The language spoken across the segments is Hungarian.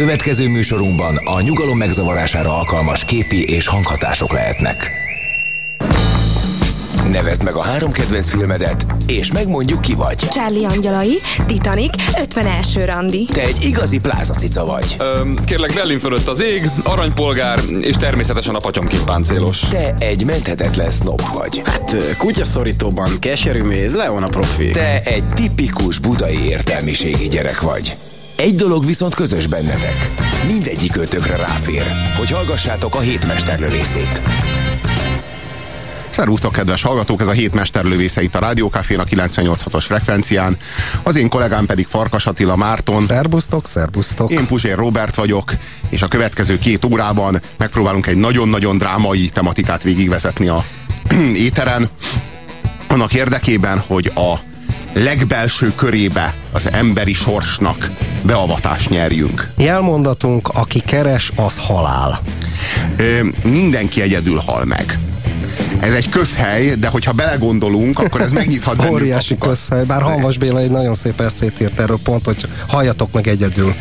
Következő műsorunkban a nyugalom megzavarására alkalmas képi és hanghatások lehetnek. Nevezd meg a 3 kedvenc filmedet, és megmondjuk, ki vagy. Charlie angyalai, Titanic, 51. randi. Te egy igazi plázacica vagy. Kérlek, Berlin fölött az ég, aranypolgár, és természetesen a patyomkin páncélos. Te egy menthetetlen sznob vagy. Hát kutyaszorítóban keserű méz, Leon a profi. Te egy tipikus budai értelmiségi gyerek vagy. Egy dolog viszont közös bennetek. Mindegyik ötökre ráfér, hogy hallgassátok a Hét mesterlövészét. Szervusztok, kedves hallgatók! Ez a Hét mesterlövésze itt a Rádiókafén a 98.6-os frekvencián. Az én kollégám pedig Farkas Attila Márton. Szerbusztok, szerbusztok! Én Puzsér Róbert vagyok, és a következő 2 órában megpróbálunk egy nagyon-nagyon drámai tematikát végigvezetni a éteren. Annak érdekében, hogy a legbelső körébe az emberi sorsnak beavatást nyerjünk. Jelmondatunk, aki keres, az halál. Mindenki egyedül hal meg. Ez egy közhely, de hogyha belegondolunk, akkor ez megnyithat bennünk. Óriási közhely, bár Hamvas Béla egy nagyon szép eszét írt erről pont, hogy halljatok meg egyedül.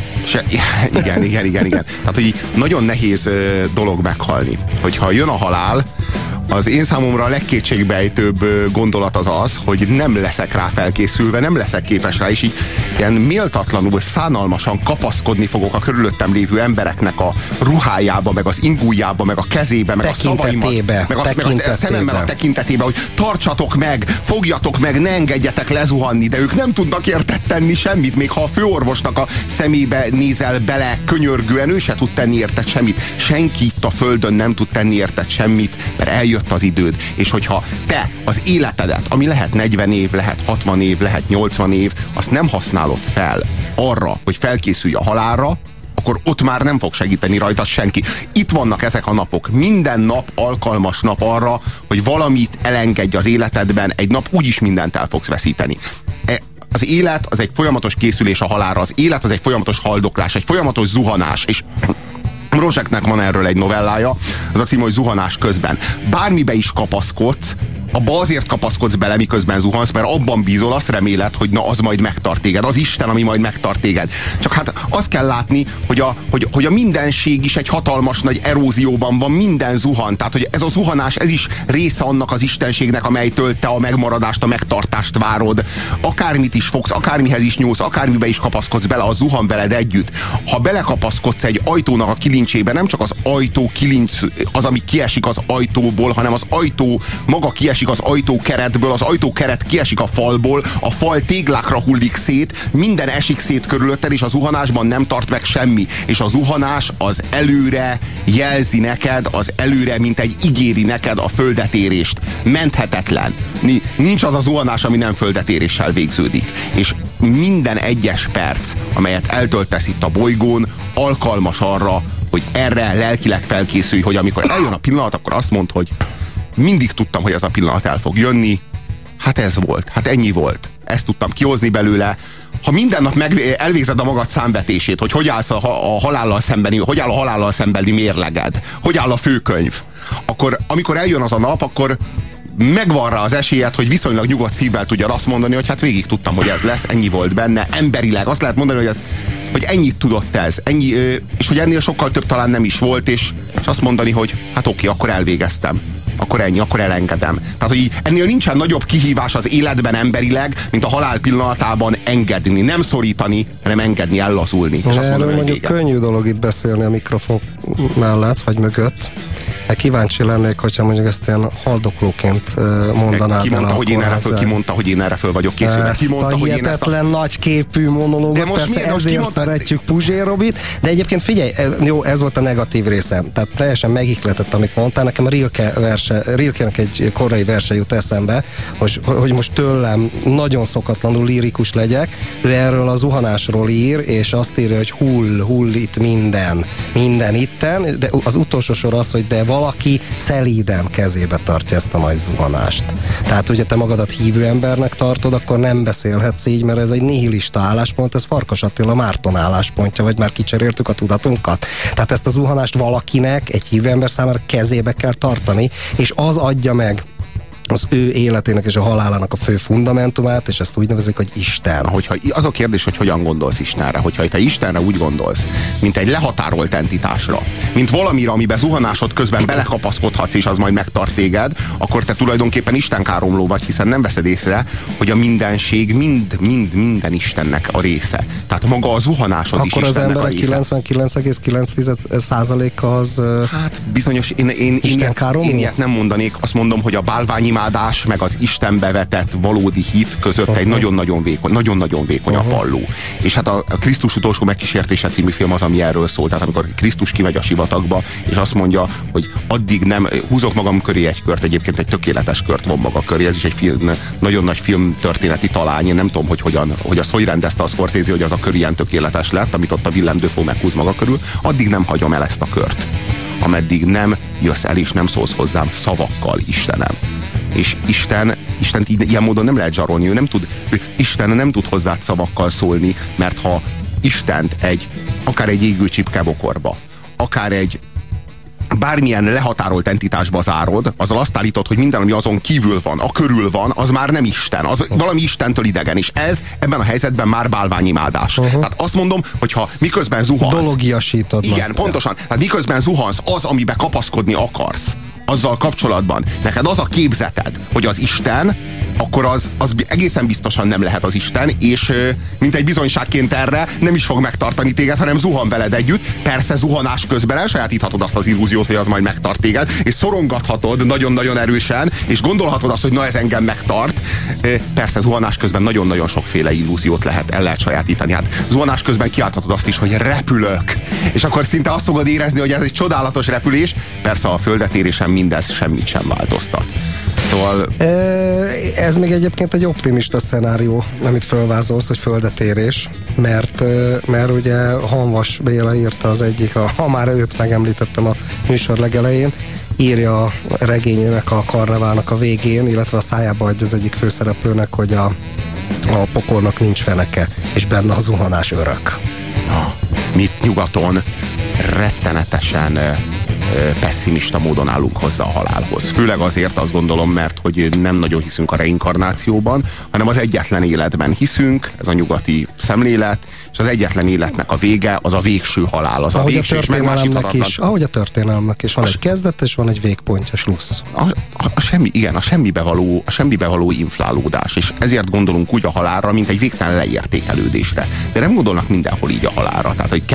Igen. Tehát, hogy nagyon nehéz dolog meghalni. Hogyha jön a halál, az én számomra a legkétségbejtőbb gondolat az, hogy nem leszek rá felkészülve, nem leszek képes rá, és így ilyen méltatlanul, szánalmasan kapaszkodni fogok a körülöttem lévő embereknek a ruhájába, meg az ingújába, meg a kezébe, meg a szavaimat, meg a szememmel a tekintetébe, hogy tartsatok meg, fogjatok meg, ne engedjetek lezuhanni, de ők nem tudnak érted tenni semmit, még ha a főorvosnak a szemébe nézel bele könyörgően, ő se tud tenni érted semmit. Senki itt a földön nem tud tenni érted semmit, mert eljött az időd, és hogyha te az életedet, ami lehet 40 év, lehet 60 év, lehet 80 év, azt nem használod fel arra, hogy felkészülj a halálra, akkor ott már nem fog segíteni rajta senki. Itt vannak ezek a napok. Minden nap alkalmas nap arra, hogy valamit elengedj az életedben, egy nap úgyis mindent el fogsz veszíteni. Az élet az egy folyamatos készülés a halálra, az élet az egy folyamatos haldoklás, egy folyamatos zuhanás, és Rozseknek van erről egy novellája, az a cím, hogy Zuhanás közben. Bármibe is kapaszkodsz, abba azért kapaszkodsz bele, miközben zuhansz, mert abban bízol, azt reméled, hogy na, az majd megtart téged, az Isten, ami majd megtart téged. Csak hát azt kell látni, hogy a mindenség is egy hatalmas nagy erózióban van, minden zuhan. Tehát, hogy ez a zuhanás, ez is része annak az istenségnek, amelytől te a megmaradást, a megtartást várod. Akármit is fogsz, akármihez is nyúlsz, akármibe is kapaszkodsz bele, az zuhan veled együtt. Ha belekapaszkodsz egy ajtónak a kilincsébe, nem csak az ajtó kilincs az, ami kiesik az ajtóból, hanem az ajtó maga kiesik az ajtókeretből, az ajtókeret kiesik a falból, a fal téglákra hullik szét, minden esik szét körülötted, és a zuhanásban nem tart meg semmi. És a zuhanás az előre jelzi neked, az előre, mint egy ígéri neked a földetérést. Menthetetlen. Nincs az a zuhanás, ami nem földetéréssel végződik. És minden egyes perc, amelyet eltöltesz itt a bolygón, alkalmas arra, hogy erre lelkileg felkészülj, hogy amikor eljön a pillanat, akkor azt mondd, hogy mindig tudtam, hogy ez a pillanat el fog jönni. Hát ez volt. Hát ennyi volt. Ezt tudtam kihozni belőle. Ha minden nap elvégzed a magad számvetését, hogy állsz a halállal szembeni, hogy áll a halállal szembeni mérleged, hogy áll a főkönyv, akkor amikor eljön az a nap, akkor megvan rá az esélyed, hogy viszonylag nyugodt szívvel tudjad azt mondani, hogy hát végig tudtam, hogy ez lesz, ennyi volt benne, emberileg. Azt lehet mondani, hogy ennyit tudott ez, ennyi, és hogy ennél sokkal több talán nem is volt, és azt mondani, hogy hát oké, akkor elvégeztem. Akkor ennyi, akkor elengedem. Tehát, hogy ennél nincsen nagyobb kihívás az életben emberileg, mint a halál pillanatában engedni. Nem szorítani, hanem engedni, ellazulni. És azt mondani, mondjuk könnyű dolog itt beszélni a mikrofon mellett, vagy mögött. Kíváncsi lennék, hogyha mondjuk ezt ilyen haldoklóként mondanád el. Ki mondta, hogy én erre föl vagyok készülve? Ezt a hihetetlen nagyképű monológot, persze ezért szeretjük Puzsér Robit, de egyébként figyelj, jó, ez volt a negatív része. Tehát teljesen megihletett, amit mondtál. Nekem a Rilkének egy korai verse jut eszembe, hogy most tőlem nagyon szokatlanul lírikus legyek. Ő erről a zuhanásról ír, és azt írja, hogy hull itt minden itten, de az utolsó sor az, hogy de valaki szelíden kezébe tartja ezt a nagy zuhanást. Tehát ugye te magadat hívő embernek tartod, akkor nem beszélhetsz így, mert ez egy nihilista álláspont, ez Farkas Attila Márton álláspontja, vagy már kicseréltük a tudatunkat. Tehát ezt a zuhanást valakinek, egy hívő ember számára kezébe kell tartani, és az adja meg az ő életének és a halálának a fő fundamentumát, és ezt úgy nevezik, hogy Isten. Hogyha, az a kérdés, hogy hogyan gondolsz Istenre. Hogyha te Istenre úgy gondolsz, mint egy lehatárolt entitásra, mint valamire, amiben zuhanásod közben belekapaszkodhatsz, és az majd megtart téged, akkor te tulajdonképpen istenkáromló vagy, hiszen nem veszed észre, hogy a mindenség minden Istennek a része. Tehát maga a zuhanásod akkor is Istennek a része. Akkor az emberek 99,9%-a az hát bizonyos, én ilyet nem mondanék, azt mondom, hogy a bálványimádás meg az Istenbe vetett valódi hit között egy nagyon-nagyon vékony a palló. És hát a Krisztus utolsó megkísértése című film az, ami erről szól. Tehát amikor Krisztus kimegy a sivatagba, és azt mondja, hogy addig nem, húzok magam köré egy kört, egyébként egy tökéletes kört von maga köré, ez is egy film, nagyon nagy filmtörténeti talány, én nem tudom, hogy azt hogy rendezte a Scorsese, hogy az a kör ilyen tökéletes lett, amit ott a Willem Dafoe meghúz maga körül, addig nem hagyom el ezt a kört, ameddig nem jössz el és nem szólsz hozzám szavakkal, Istenem. És Istent ilyen módon nem lehet zsarolni, Isten nem tud hozzád szavakkal szólni, mert ha Istent akár egy égő csipkebokorba, akár egy bármilyen lehatárolt entitásba zárod, azzal azt állítod, hogy minden, ami azon kívül van, a körül van, az már nem Isten, az valami Istentől idegen, és ez ebben a helyzetben már bálványimádás. Tehát azt mondom, hogyha miközben zuhansz... Dologiasítod. Igen, pontosan. Tehát miközben zuhansz, az, amiben kapaszkodni akarsz, azzal kapcsolatban neked az a képzeted, hogy az Isten, akkor az egészen biztosan nem lehet az Isten, és mint egy bizonyságként erre nem is fog megtartani téged, hanem zuhan veled együtt. Persze zuhanás közben elsajátíthatod azt az illúziót, hogy az majd megtart téged, és szorongathatod nagyon-nagyon erősen, és gondolhatod azt, hogy na ez engem megtart. Persze zuhanás közben nagyon-nagyon sokféle illúziót el lehet sajátítani. Hát zuhanás közben kiálthatod azt is, hogy repülök. És akkor szinte azt fogod érezni, hogy ez egy csodálatos repülés. Persze a földetérésen mindez semmit sem változtat. Szóval... Ez még egyébként egy optimista szenárió, amit fölvázolsz, hogy földetérés, mert ugye Hanvas Béla írta az egyik, ha már őt megemlítettem a műsor legelején, írja a regényének, a Karneválnak a végén, illetve a szájába adja az egyik főszereplőnek, hogy a pokolnak nincs feneke, és benne a zuhanás örök. Mit nyugaton rettenetesen pessimista módon állunk hozzá a halálhoz. Főleg azért azt gondolom, mert hogy nem nagyon hiszünk a reinkarnációban, hanem az egyetlen életben hiszünk, ez a nyugati szemlélet, és az egyetlen életnek a vége, az a végső halál, az ahogy a végső és megmásíthatatlan. Ahogy a történelemnek is van egy kezdet, és van egy végpontja, slussz. A semmibe való inflálódás, és ezért gondolunk úgy a halálra, mint egy végtelen leértékelődésre. De nem gondolnak mindenhol így a halálra. Tehát, hogy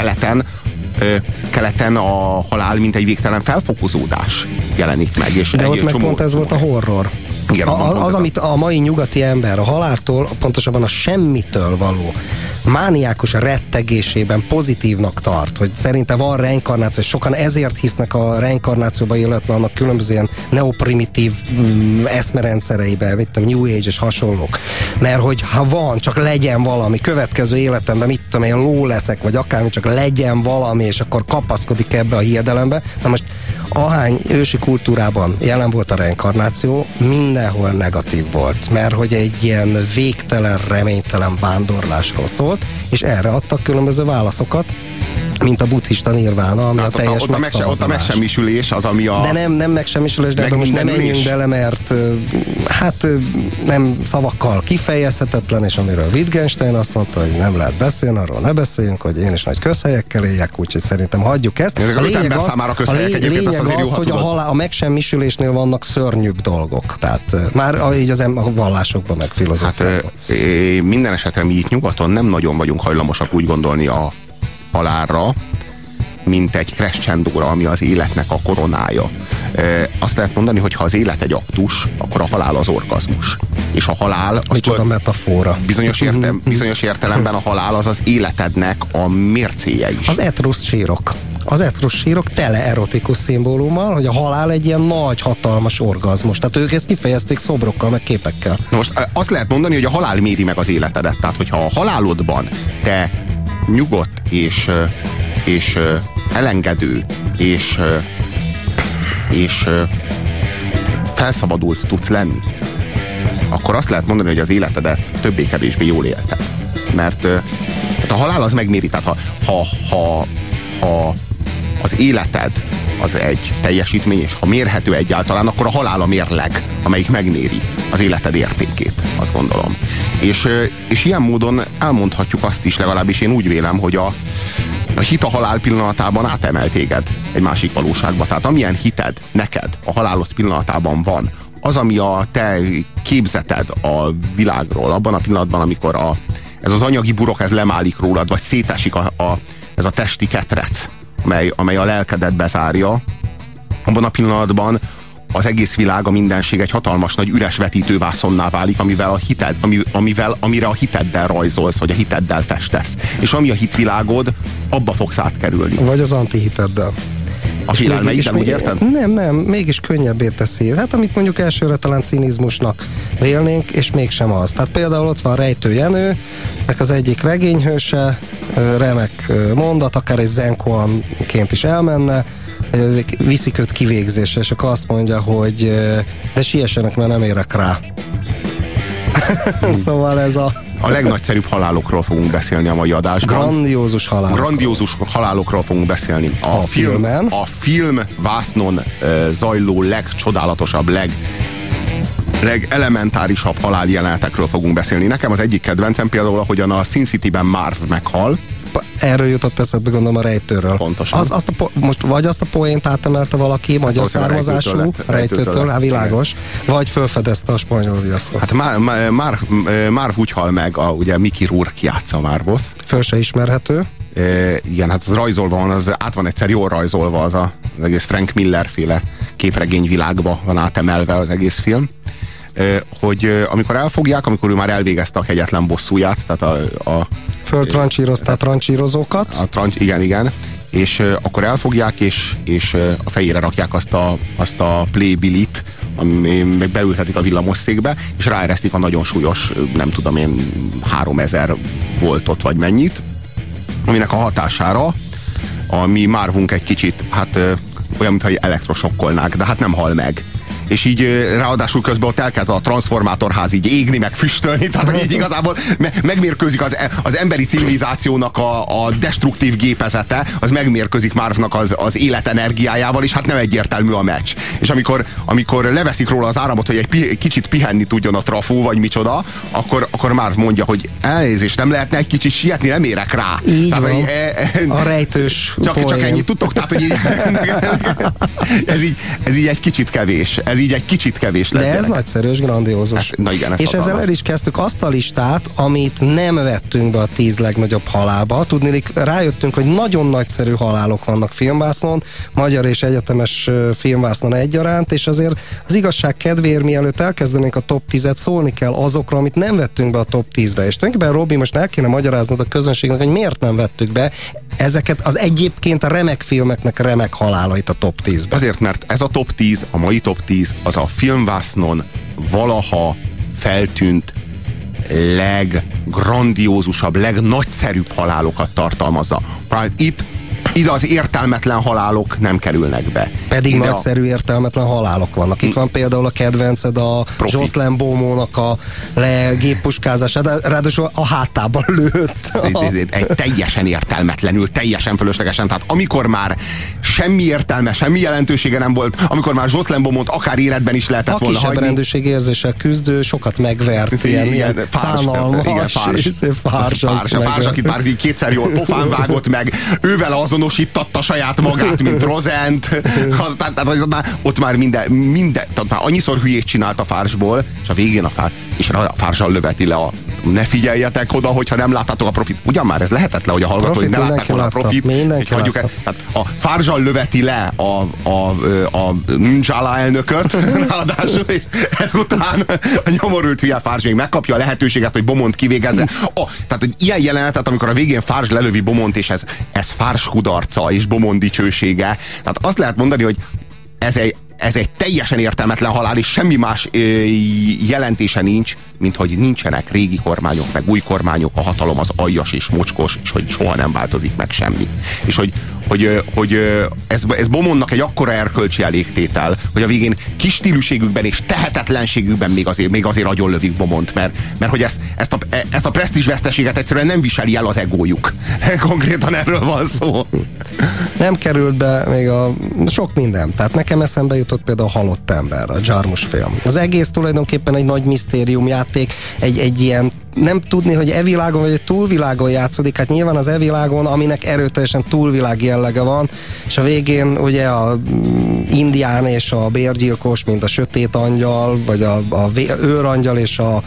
keleten a halál, mint egy végtelen felfokozódás jelenik meg. És de ott meg pont ez volt a horror. Igen, az, amit a mai nyugati ember a haláltól, pontosabban a semmitől való mániákus rettegésében pozitívnak tart, hogy szerinte van reinkarnáció, és sokan ezért hisznek a reinkarnációba, illetve annak különböző ilyen neoprimitív eszmerendszereibe, mit tudom, New Age és hasonlók. Mert hogy ha van, csak legyen valami, következő életemben, mit tudom, én ló leszek, vagy akármi, csak legyen valami, és akkor kapaszkodik ebbe a hiedelembe. Na most ahány ősi kultúrában jelen volt a reinkarnáció, mindenhol negatív volt, mert hogy egy ilyen végtelen, reménytelen vándorlásról szólt, és erre adtak különböző válaszokat, mint a buddhista nirvána, ami a teljes megszabadulás. Ott a megsemmisülés az, ami a... De nem megsemmisülés, de most nem menjünk bele, mert hát nem szavakkal kifejezhetetlen, és amiről Wittgenstein azt mondta, hogy nem lehet beszélni, arról ne beszéljünk, hogy én is nagy közhelyekkel éljek, úgyhogy szerintem hagyjuk ezt. A lényeg az, hogy a megsemmisülésnél vannak szörnyűbb dolgok. Tehát már így a vallásokban, meg filozófiában. Hát minden esetre mi itt nyugaton nem nagyon vagyunk hajlamosak úgy gondolni a halálra, mint egy crescendóra, ami az életnek a koronája. Azt lehet mondani, hogy ha az élet egy aktus, akkor a halál az orgazmus. És a halál... Micsoda metafora. Bizonyos értelemben a halál az az életednek a mércéje is. Az Etrusz sírok. Az Etrusz sírok tele erotikus szimbólummal, hogy a halál egy ilyen nagy, hatalmas orgazmus. Tehát ők ezt kifejezték szobrokkal, meg képekkel. Most azt lehet mondani, hogy a halál méri meg az életedet. Tehát, hogyha a halálodban te nyugodt és elengedő és felszabadult tudsz lenni, akkor azt lehet mondani, hogy az életedet többé-kevésbé jól élted. Mert a halál az megméri. Tehát ha az életed az egy teljesítmény, és ha mérhető egyáltalán, akkor a halál a mérleg, amelyik megméri az életed értékét, azt gondolom. És ilyen módon elmondhatjuk azt is, legalábbis én úgy vélem, hogy a hit a halál pillanatában átemel téged egy másik valóságba. Tehát amilyen hited neked a halálod pillanatában van, az, ami a te képzeted a világról, abban a pillanatban, amikor ez az anyagi burok, ez lemálik rólad, vagy szétesik ez a testi ketrec, amely a lelkedet bezárja, abban a pillanatban az egész világ, a mindenség egy hatalmas nagy üres vetítővászonná válik, amire a hiteddel rajzolsz, vagy a hiteddel festesz. És ami a hitvilágod, abba fogsz átkerülni. Vagy az antihiteddel. A félelmeiddel, úgy érted? Nem, mégis könnyebbé teszi. Hát amit mondjuk elsőre talán cinizmusnak vélnénk, és mégsem az. Tehát például ott van Rejtő Jenő, az egyik regényhőse, remek mondat, akár egy zenkoanként is elmenne, viszik őt kivégzésre, és akkor azt mondja, hogy de siessenek, mert nem érek rá. Szóval ez a legnagyszerűbb halálokról fogunk beszélni a mai adásban. Grandiózus halálokról fogunk beszélni. A film vásznon zajló legcsodálatosabb, legelementárisabb haláljelenetekről fogunk beszélni. Nekem az egyik kedvencem például, ahogyan a Sin City-ben Marv meghal. Erről jutott eszedbe, gondolom, a Rejtőről. Pontosan. Most vagy azt a poént átemelte valaki, magyar származású, Rejtőtől, világos, vagy felfedezte a spanyol viaszkot. Hát Marv úgy hal meg, ugye Mickey Rourke játsza Marvot. Föl se ismerhető. Igen, hát az rajzolva van, át van egyszer jól rajzolva, az egész Frank Miller féle képregényvilágba van átemelve az egész film. Hogy amikor elfogják, amikor ő már elvégezte a kegyetlen bosszúját, tehát föltrancsírozta a trancsírozókat. Igen. És akkor elfogják, és a fejére rakják azt a playbilit, meg beültetik a villamosszékbe, és ráeresztik a nagyon súlyos, nem tudom én, 3000 voltot, vagy mennyit, aminek a hatására a mi Marvunk egy kicsit, hát olyan, mintha elektrosokkolnák, de hát nem hal meg. És így ráadásul közben ott elkezd a transformátorház így égni, meg füstölni, tehát így igazából megmérkőzik az emberi civilizációnak a destruktív gépezete, az megmérkőzik Marvnak az életenergiájával, és hát nem egyértelmű a meccs. És amikor leveszik róla az áramot, hogy egy kicsit pihenni tudjon a trafó, vagy micsoda, akkor Marv mondja, hogy elnézést, nem lehetne egy kicsit sietni, nem érek rá. Így tehát, van. A rejtős csak ennyit tudtok, tehát hogy ez így egy kicsit kevés. Ez így egy kicsit kevés lesz. De ez nagyszerű és grandiózus. Na igen, és ezzel el is kezdtük azt a listát, amit nem vettünk be a 10 legnagyobb halálba. Tudniillik, rájöttünk, hogy nagyon nagyszerű halálok vannak filmvásznon, magyar és egyetemes filmvásznon egyaránt, és azért az igazság kedvéért, mielőtt elkezdenénk a top 10-et, szólni kell azokra, amit nem vettünk be a top 10-be. És tulajdonképpen, Robi, most el kéne magyaráznod a közönségnek, hogy miért nem vettük be ezeket az egyébként a remek filmeknek remek halálait a top 10-be. Azért, mert ez a top 10, a mai top 10, az a filmvásznon valaha feltűnt leggrandiózusabb, legnagyszerűbb halálokat tartalmazza. Ide az értelmetlen halálok nem kerülnek be. Pedig ide nagyszerű értelmetlen halálok vannak. Itt van például a kedvenced, a Jocelyn Beaumontnak a géppuskázás, ráadásul a hátában lőtt. Egy teljesen értelmetlenül, teljesen fölöslegesen. Tehát amikor már semmi értelme, semmi jelentősége nem volt, amikor már Jocelyn Beaumont akár életben is lehetett volna hagyni. A kisebb rendőrségérzéssel küzdő, sokat megvert, ilyen szánalmas, fárs, akit már kétszer jól pofán vágott meg, ővel azonosítatta saját magát, mint Rozent. Ott már minden, tehát már annyiszor hülyét csinált a fársból, és a végén a fárssal löveti le a ne figyeljetek oda, hogyha nem láttátok a profit. Ugyan már ez lehetetlen, hogy a hallgatói ne látták volna a profit. Tehát a fárssal löveti le a N'Challa elnököt, ráadásul ezután a nyomorult hülye Fárs még megkapja a lehetőséget, hogy Beaumont kivégezze. Tehát hogy ilyen jelenetet, amikor a végén Fárs lelövi Beaumont, és ez Fárs kudarca és Beaumont dicsősége. Tehát azt lehet mondani, hogy ez egy teljesen értelmetlen halál, és semmi más jelentése nincs, mint hogy nincsenek régi kormányok, meg új kormányok, a hatalom az aljas és mocskos, és hogy soha nem változik meg semmi. És hogy ez Beaumontnak egy akkora erkölcsi elégtétel, hogy a végén kis stílűségükben és tehetetlenségükben még azért agyonlövik Beaumont, mert hogy ezt a presztízsveszteséget egyszerűen nem viseli el az egójuk. Konkrétan erről van szó. Nem került be még sok minden. Tehát nekem eszembe jutott például a Halott ember, a Jarmusch film. Az egész tulajdonképpen egy nagy misztériumjáték, egy ilyen nem tudni, hogy e-világon vagy egy túlvilágon játszódik. Hát nyilván az e-világon, aminek erőteljesen túlvilág jellege van, és a végén ugye a indián és a bérgyilkos, mint a sötét angyal, vagy a őrangyal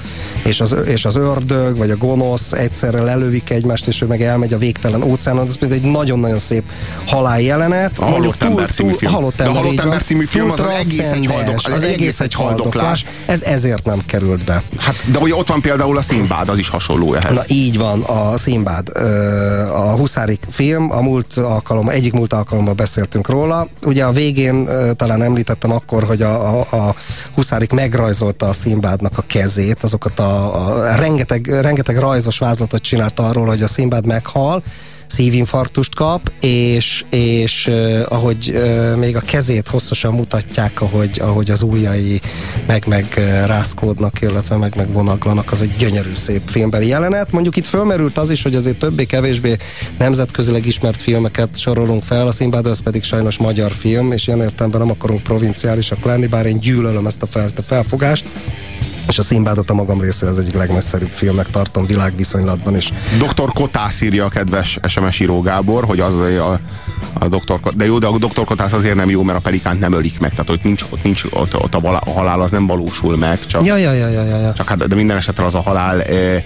és az ördög, vagy a gonosz egyszerre lelövik egymást, és ő meg elmegy a végtelen óceánon. Ez például egy nagyon-nagyon szép halálljelenet. A Halott ember című film. De a Halott ember című film az egész egy haldoklás. Ez ezért nem került be. Hát, de hogy ott van például a Sinbad, az is hasonló ehhez. Na így van, a Sinbad. A Huszárik film, egyik múlt alkalommal beszéltünk róla. Ugye a végén talán említettem akkor, hogy a Huszárik megrajzolta a Sinbadnak a kezét, azokat rengeteg rajzos vázlatot csinált arról, hogy a Sinbad meghal, szívinfarktust kap, és ahogy még a kezét hosszasan mutatják, ahogy az ujjai meg rázkódnak, illetve meg vonaglanak, az egy gyönyörű szép filmbeli jelenet. Mondjuk itt fölmerült az is, hogy azért többé-kevésbé nemzetközileg ismert filmeket sorolunk fel, a Sinbad az pedig sajnos magyar film, és ilyen értelemben nem akarunk provinciálisak lenni, bár én gyűlölöm ezt a felfogást, és a Sinbadot a magam részéről az egyik legnagyszerűbb filmnek tartom világviszonylatban is. Dr. Kotász írja a kedves SMS író Gábor, hogy az a Dr. De jó, de a Dr. Kotász azért nem jó, mert a pelikánt nem ölik meg, tehát ott a halál az nem valósul meg, csak, csak hát, de minden esetre az a halál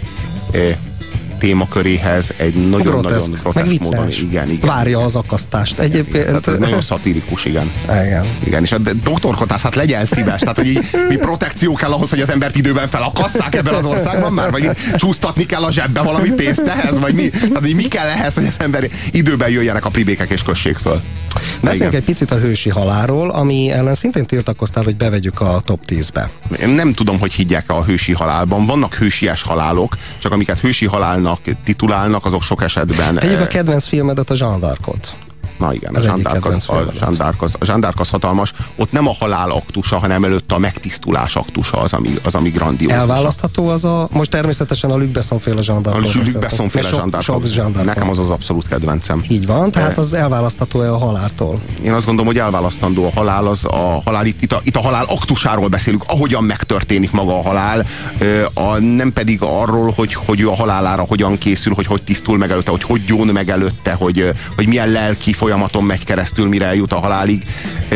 témaköréhez egy nagyon-nagyon groteszk módon. Igen. Várja az akasztást. Egyébként... Ez nagyon szatirikus, igen. És a Dr. Kotász, hát legyen szíves. Tehát, hogy mi protekció kell ahhoz, hogy az embert időben felakasszák ebben az országban már? Vagy csúsztatni kell a zsebbe valami pénzt ehhez? Vagy mi? Tehát, hogy mi kell ehhez, hogy az ember időben jöjjenek a pribékek és kössék föl? Beszéljünk egy picit a hősi halálról, ami ellen szintén tiltakoztál, hogy bevegyük a top 10-be. Én nem tudom, hogy higgyek a hősi halálban. Vannak hősies halálok, csak amiket hősi halálnak titulálnak, azok sok esetben... Tegyük a kedvenc filmedet, a Jeanne d'Arcot. Na igen, a Jeanne d'Arc az hatalmas. Ott nem a halál aktusa, hanem előtte a megtisztulás aktusa az, ami grandiózus. Elválasztható az most természetesen a Luc Besson-féle Jeanne d'Arc. A Luc Besson-féle Jeanne d'Arc. Nekem az abszolút kedvencem. Így van, tehát az elválasztható-e a haláltól? Én azt gondolom, hogy elválasztandó a halál. Itt a halál aktusáról beszélünk, ahogyan megtörténik maga a halál, nem pedig arról, hogy ő a halálára hogyan készül, hogy tisztul meg előtte, hogy gyón meg előtte, hogy milyen lelki folyamaton megy keresztül, mire eljut a halálig.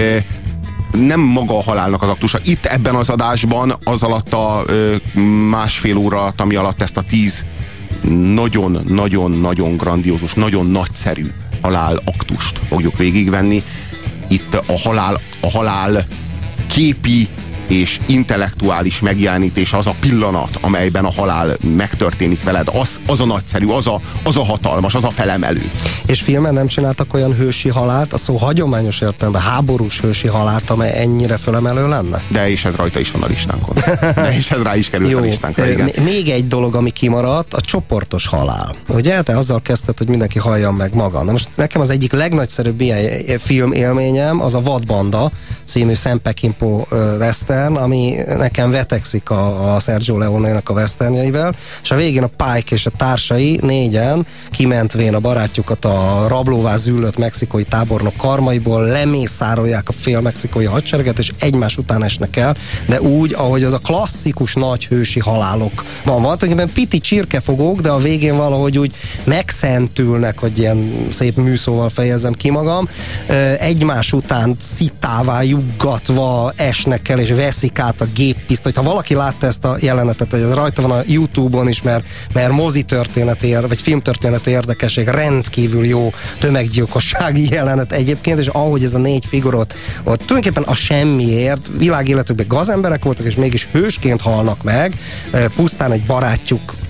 Nem maga a halálnak az aktusa. Itt ebben az adásban az alatt a másfél óra alatt, ami alatt ezt a 10 nagyon-nagyon-nagyon grandiózus, nagyon nagyszerű halál aktust fogjuk végigvenni. Itt a halál képi és intellektuális megjelenítés, az a pillanat, amelyben a halál megtörténik veled, az a nagyszerű, az a hatalmas, az a felemelő. És filmen nem csináltak olyan hősi halált, a szó hagyományos értelemben háborús hősi halált, amely ennyire felemelő lenne? De és ez rajta is van a listánkon. De és ez rá is került a listánkra, igen. Még egy dolog, ami kimaradt, a csoportos halál. Ugye? Te azzal kezdted, hogy mindenki halljon meg maga. Na most nekem az egyik legnagyszerűbb ilyen film élményem az a Vadbanda című Sam Peckinpah western, ami nekem vetekszik a Sergio Leone-nak a westernjeivel, és a végén a Pike és a társai négyen kimentvén a barátjukat a rablóvá züllött mexikói tábornok karmaiból lemészárolják a fél mexikói hadsereget, és egymás után esnek el, de úgy, ahogy az a klasszikus nagy hősi halálok van, piti csirkefogók, de a végén valahogy úgy megszentülnek, hogy ilyen szép műszóval fejezzem ki magam, egymás után szitává juggatva esnek el, és veszik át a géppisztolyt. Ha valaki látta ezt a jelenetet, hogy ez rajta van a YouTube-on is, mert mozi történet vagy filmtörténet érdekesség, rendkívül jó tömeggyilkossági jelenet egyébként, és ahogy ez a 4 figurot ott tulajdonképpen a semmiért világéletükben gazemberek voltak, és mégis hősként halnak meg, pusztán egy barátjuk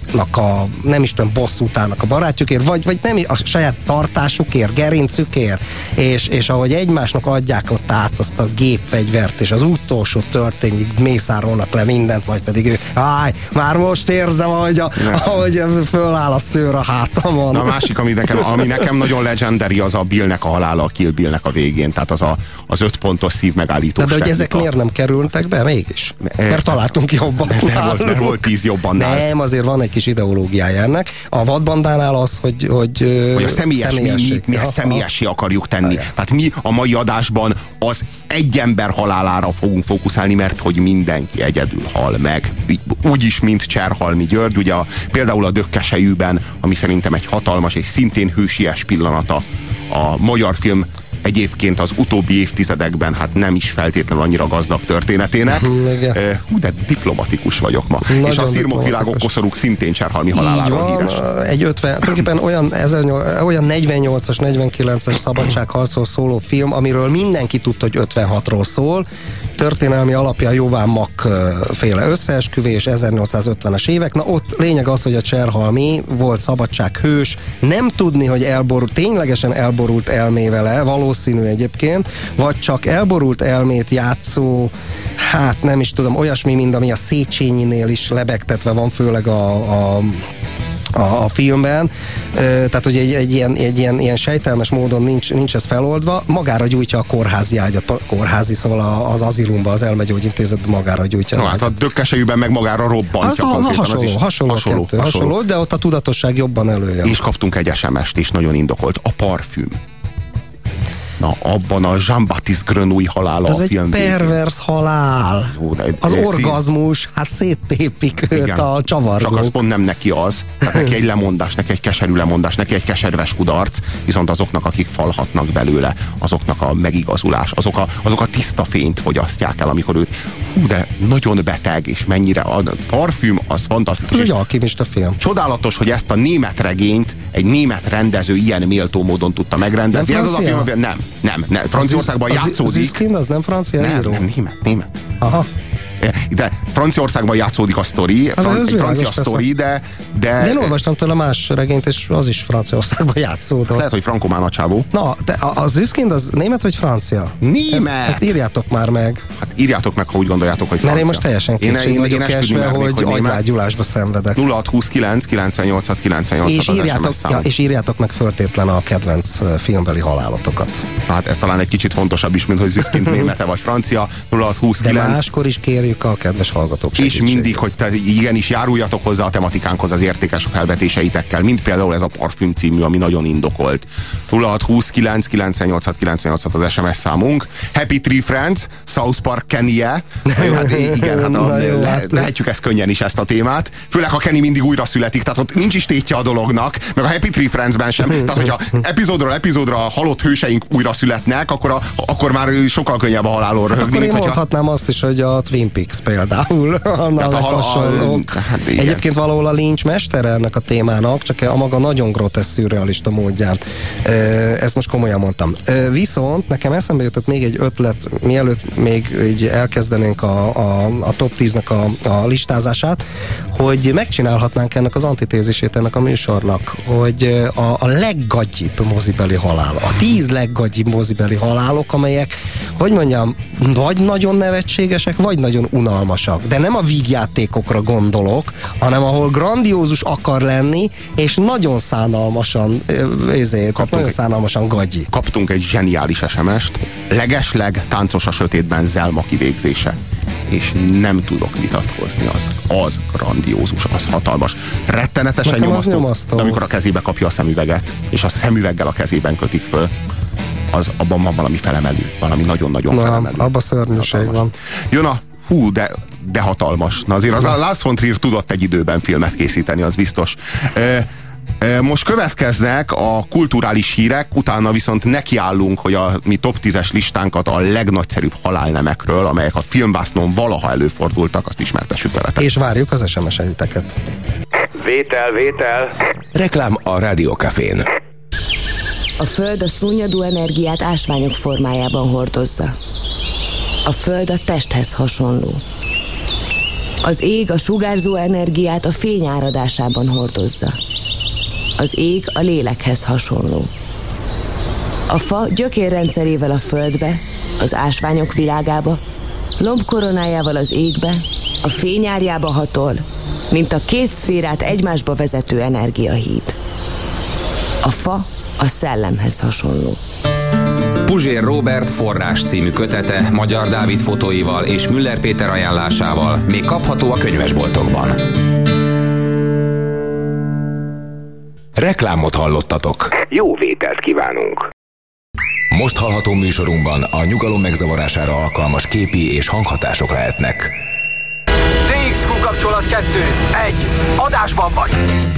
nem is tudom, bosszútállnak a barátjukért, vagy nem a saját tartásukért, gerincükért, és ahogy egymásnak adják ott át azt a gépfegyvert, és az utolsó történig mészárolnak le mindent, majd pedig ő, már most érzem, ahogy föláll a szőr a hátamon. A másik, ami nekem nagyon legendary, az a Billnek a halála, a Kill Billnek a végén, tehát az 5 pontos szívmegállítós de hogy ezek miért nem kerültek be? Mégis. Mert találtunk jobban. Mert volt 10 jobban. Nem, azért van egy kis ideológiája ennek. A vadbandánál az, hogy a személyessé akarjuk tenni. Igen. Tehát mi a mai adásban az egy ember halálára fogunk fókuszálni, mert hogy mindenki egyedül hal meg. Úgyis, mint Cserhalmi György, ugye például a Dökkesejűben, ami szerintem egy hatalmas és szintén hősies pillanata a magyar film egyébként az utóbbi évtizedekben hát nem is feltétlenül annyira gazdag történetének. De diplomatikus vagyok ma. Nagyon és a Szirmokvilágok koszorúk szintén Cserhalmi haláláról híres. Tulajdonképpen olyan 48-as, 49-es szabadságharcról szóló film, amiről mindenki tudta, hogy 56-ról szól. Történelmi alapja Jován Mak féle összeesküvés, 1850-es évek. Na ott lényeg az, hogy a Cserhalmi volt szabadsághős, nem tudni, hogy ténylegesen elborult elmévele, valószínű egyébként, vagy csak elborult elmét játszó, hát nem is tudom, olyasmi, mint ami a Széchenyinél is lebegtetve van, főleg a filmben, tehát hogy egy ilyen sejtelmes módon nincs ez feloldva, magára gyújtja a kórházi ágyat, szóval az azilumba, az elmegyógyintézetben magára gyújtja. Hát a Dökkesejűben meg magára robbantja. Hasonló, de ott a tudatosság jobban előjön. És kaptunk egy SMS-t, és nagyon indokolt. A parfüm. Na, abban a Jean-Baptiste Grenouille halála ez a film. Ez egy pervers halál. Az orgazmus, hát széttépik őt a csavargók. Csak az pont nem neki az. Tehát neki egy lemondás, neki egy keserű lemondás, neki egy keserves kudarc, viszont azoknak, akik falhatnak belőle, azoknak a megigazulás, azok a tiszta fényt fogyasztják el, amikor őt, de nagyon beteg, és mennyire a parfüm, az fantasztikus. Ez egy alkimista film. Csodálatos, hogy ezt a német regényt egy német rendező ilyen méltó módon tudta megrendezni. Ez az a film, nem. Franciaországban játszódik. Züskind az nem francia író? Nem, német. Aha. De Franciaországban játszódik a sztori, egy francia sztori, de... Én olvastam tőle más regényt, és az is Franciaországban játszódott. Lehet, hogy Frankomán a csávó. Na, de a Züskind az német vagy francia? Német! Ezt írjátok már meg. Hát írjátok meg, ha úgy gondoljátok, hogy francia. Mert én most teljesen kétség vagyok esve, hogy agyvágyulásba szenvedek. 0629 98 98 és írjátok meg föltétlen a kedvenc filmbeli halálotokat. Hát ez talán egy kicsit fontosabb is, mint hogy Züskind némete vagy francia. 0629. De máskor is kérjük a kedves hallgatók segítségét. És mindig, hogy te igenis járuljatok hozzá a tematikánkhoz az értékes felvetéseitekkel, mint például ez a Parfüm című, ami nagyon indokolt. 0629 98 98 az SMS számunk. Happy Tree Friends, South Park Kenny-e. Hát igen, lehetjük ezt könnyen is, ezt a témát. Főleg, ha Kenny mindig újra születik, tehát ott nincs is tétje a dolognak, meg a Happy Tree Friendsben sem. Tehát, hogyha epizódra halott hőseink újra születnek, akkor már sokkal könnyebb a halálról röhögni. Akkor én mondhatnám azt is, hogy a Twin Peaks például. Egyébként valahol a Lynch mestere ennek a témának, csak a maga nagyon groteszk, szürrealista módján. Ezt most komolyan mondtam. Viszont nekem eszembe jutott még egy ötlet, mielőtt még így elkezdenénk a top 10-nek a listázását, hogy megcsinálhatnánk ennek az antitézisét ennek a műsornak, hogy a leggagyibb mozibeli halál, a 10 leggagyibb mozibeli halálok, amelyek, hogy mondjam, vagy nagyon nevetségesek, vagy nagyon unalmasak. De nem a vígjátékokra gondolok, hanem ahol grandiózus akar lenni, és nagyon szánalmasan szánalmasan gagyi. Kaptunk egy zseniális SMS-t, legesleg Táncos a sötétben Zelma kivégzése. És nem tudok vitatkozni, az grandiózus, az hatalmas. Rettenetesen nyomasztó, de amikor a kezébe kapja a szemüveget, és a szemüveggel a kezében kötik föl, abban van valami felemelő, valami nagyon-nagyon felemelő. Abban szörnyűség van. Jön a de hatalmas. Na azért az Lars von Trier tudott egy időben filmet készíteni, az biztos. Most következnek a kulturális hírek, utána viszont nekiállunk, hogy a mi top 10-es listánkat a legnagyszerűbb halálnemekről, amelyek a filmvásznon valaha előfordultak, azt ismertessük veletek. És várjuk az SMS-eiteket. Vétel. Reklám a Rádiókafén. A Föld a szúnyadó energiát ásványok formájában hordozza. A Föld a testhez hasonló. Az ég a sugárzó energiát a fény áradásában hordozza. Az ég a lélekhez hasonló. A fa gyökérrendszerével a földbe, az ásványok világába, lombkoronájával az égbe, a fényárjába hatol, mint a két szférát egymásba vezető energiahíd. A fa a szellemhez hasonló. Puzsér Róbert forrás című kötete Magyar Dávid fotóival és Müller Péter ajánlásával még kapható a könyvesboltokban. Reklámot hallottatok. Jó vételt kívánunk! Most hallható műsorunkban a nyugalom megzavarására alkalmas képi és hanghatások lehetnek. TXQ kapcsolat 2. 1. Adásban vagy!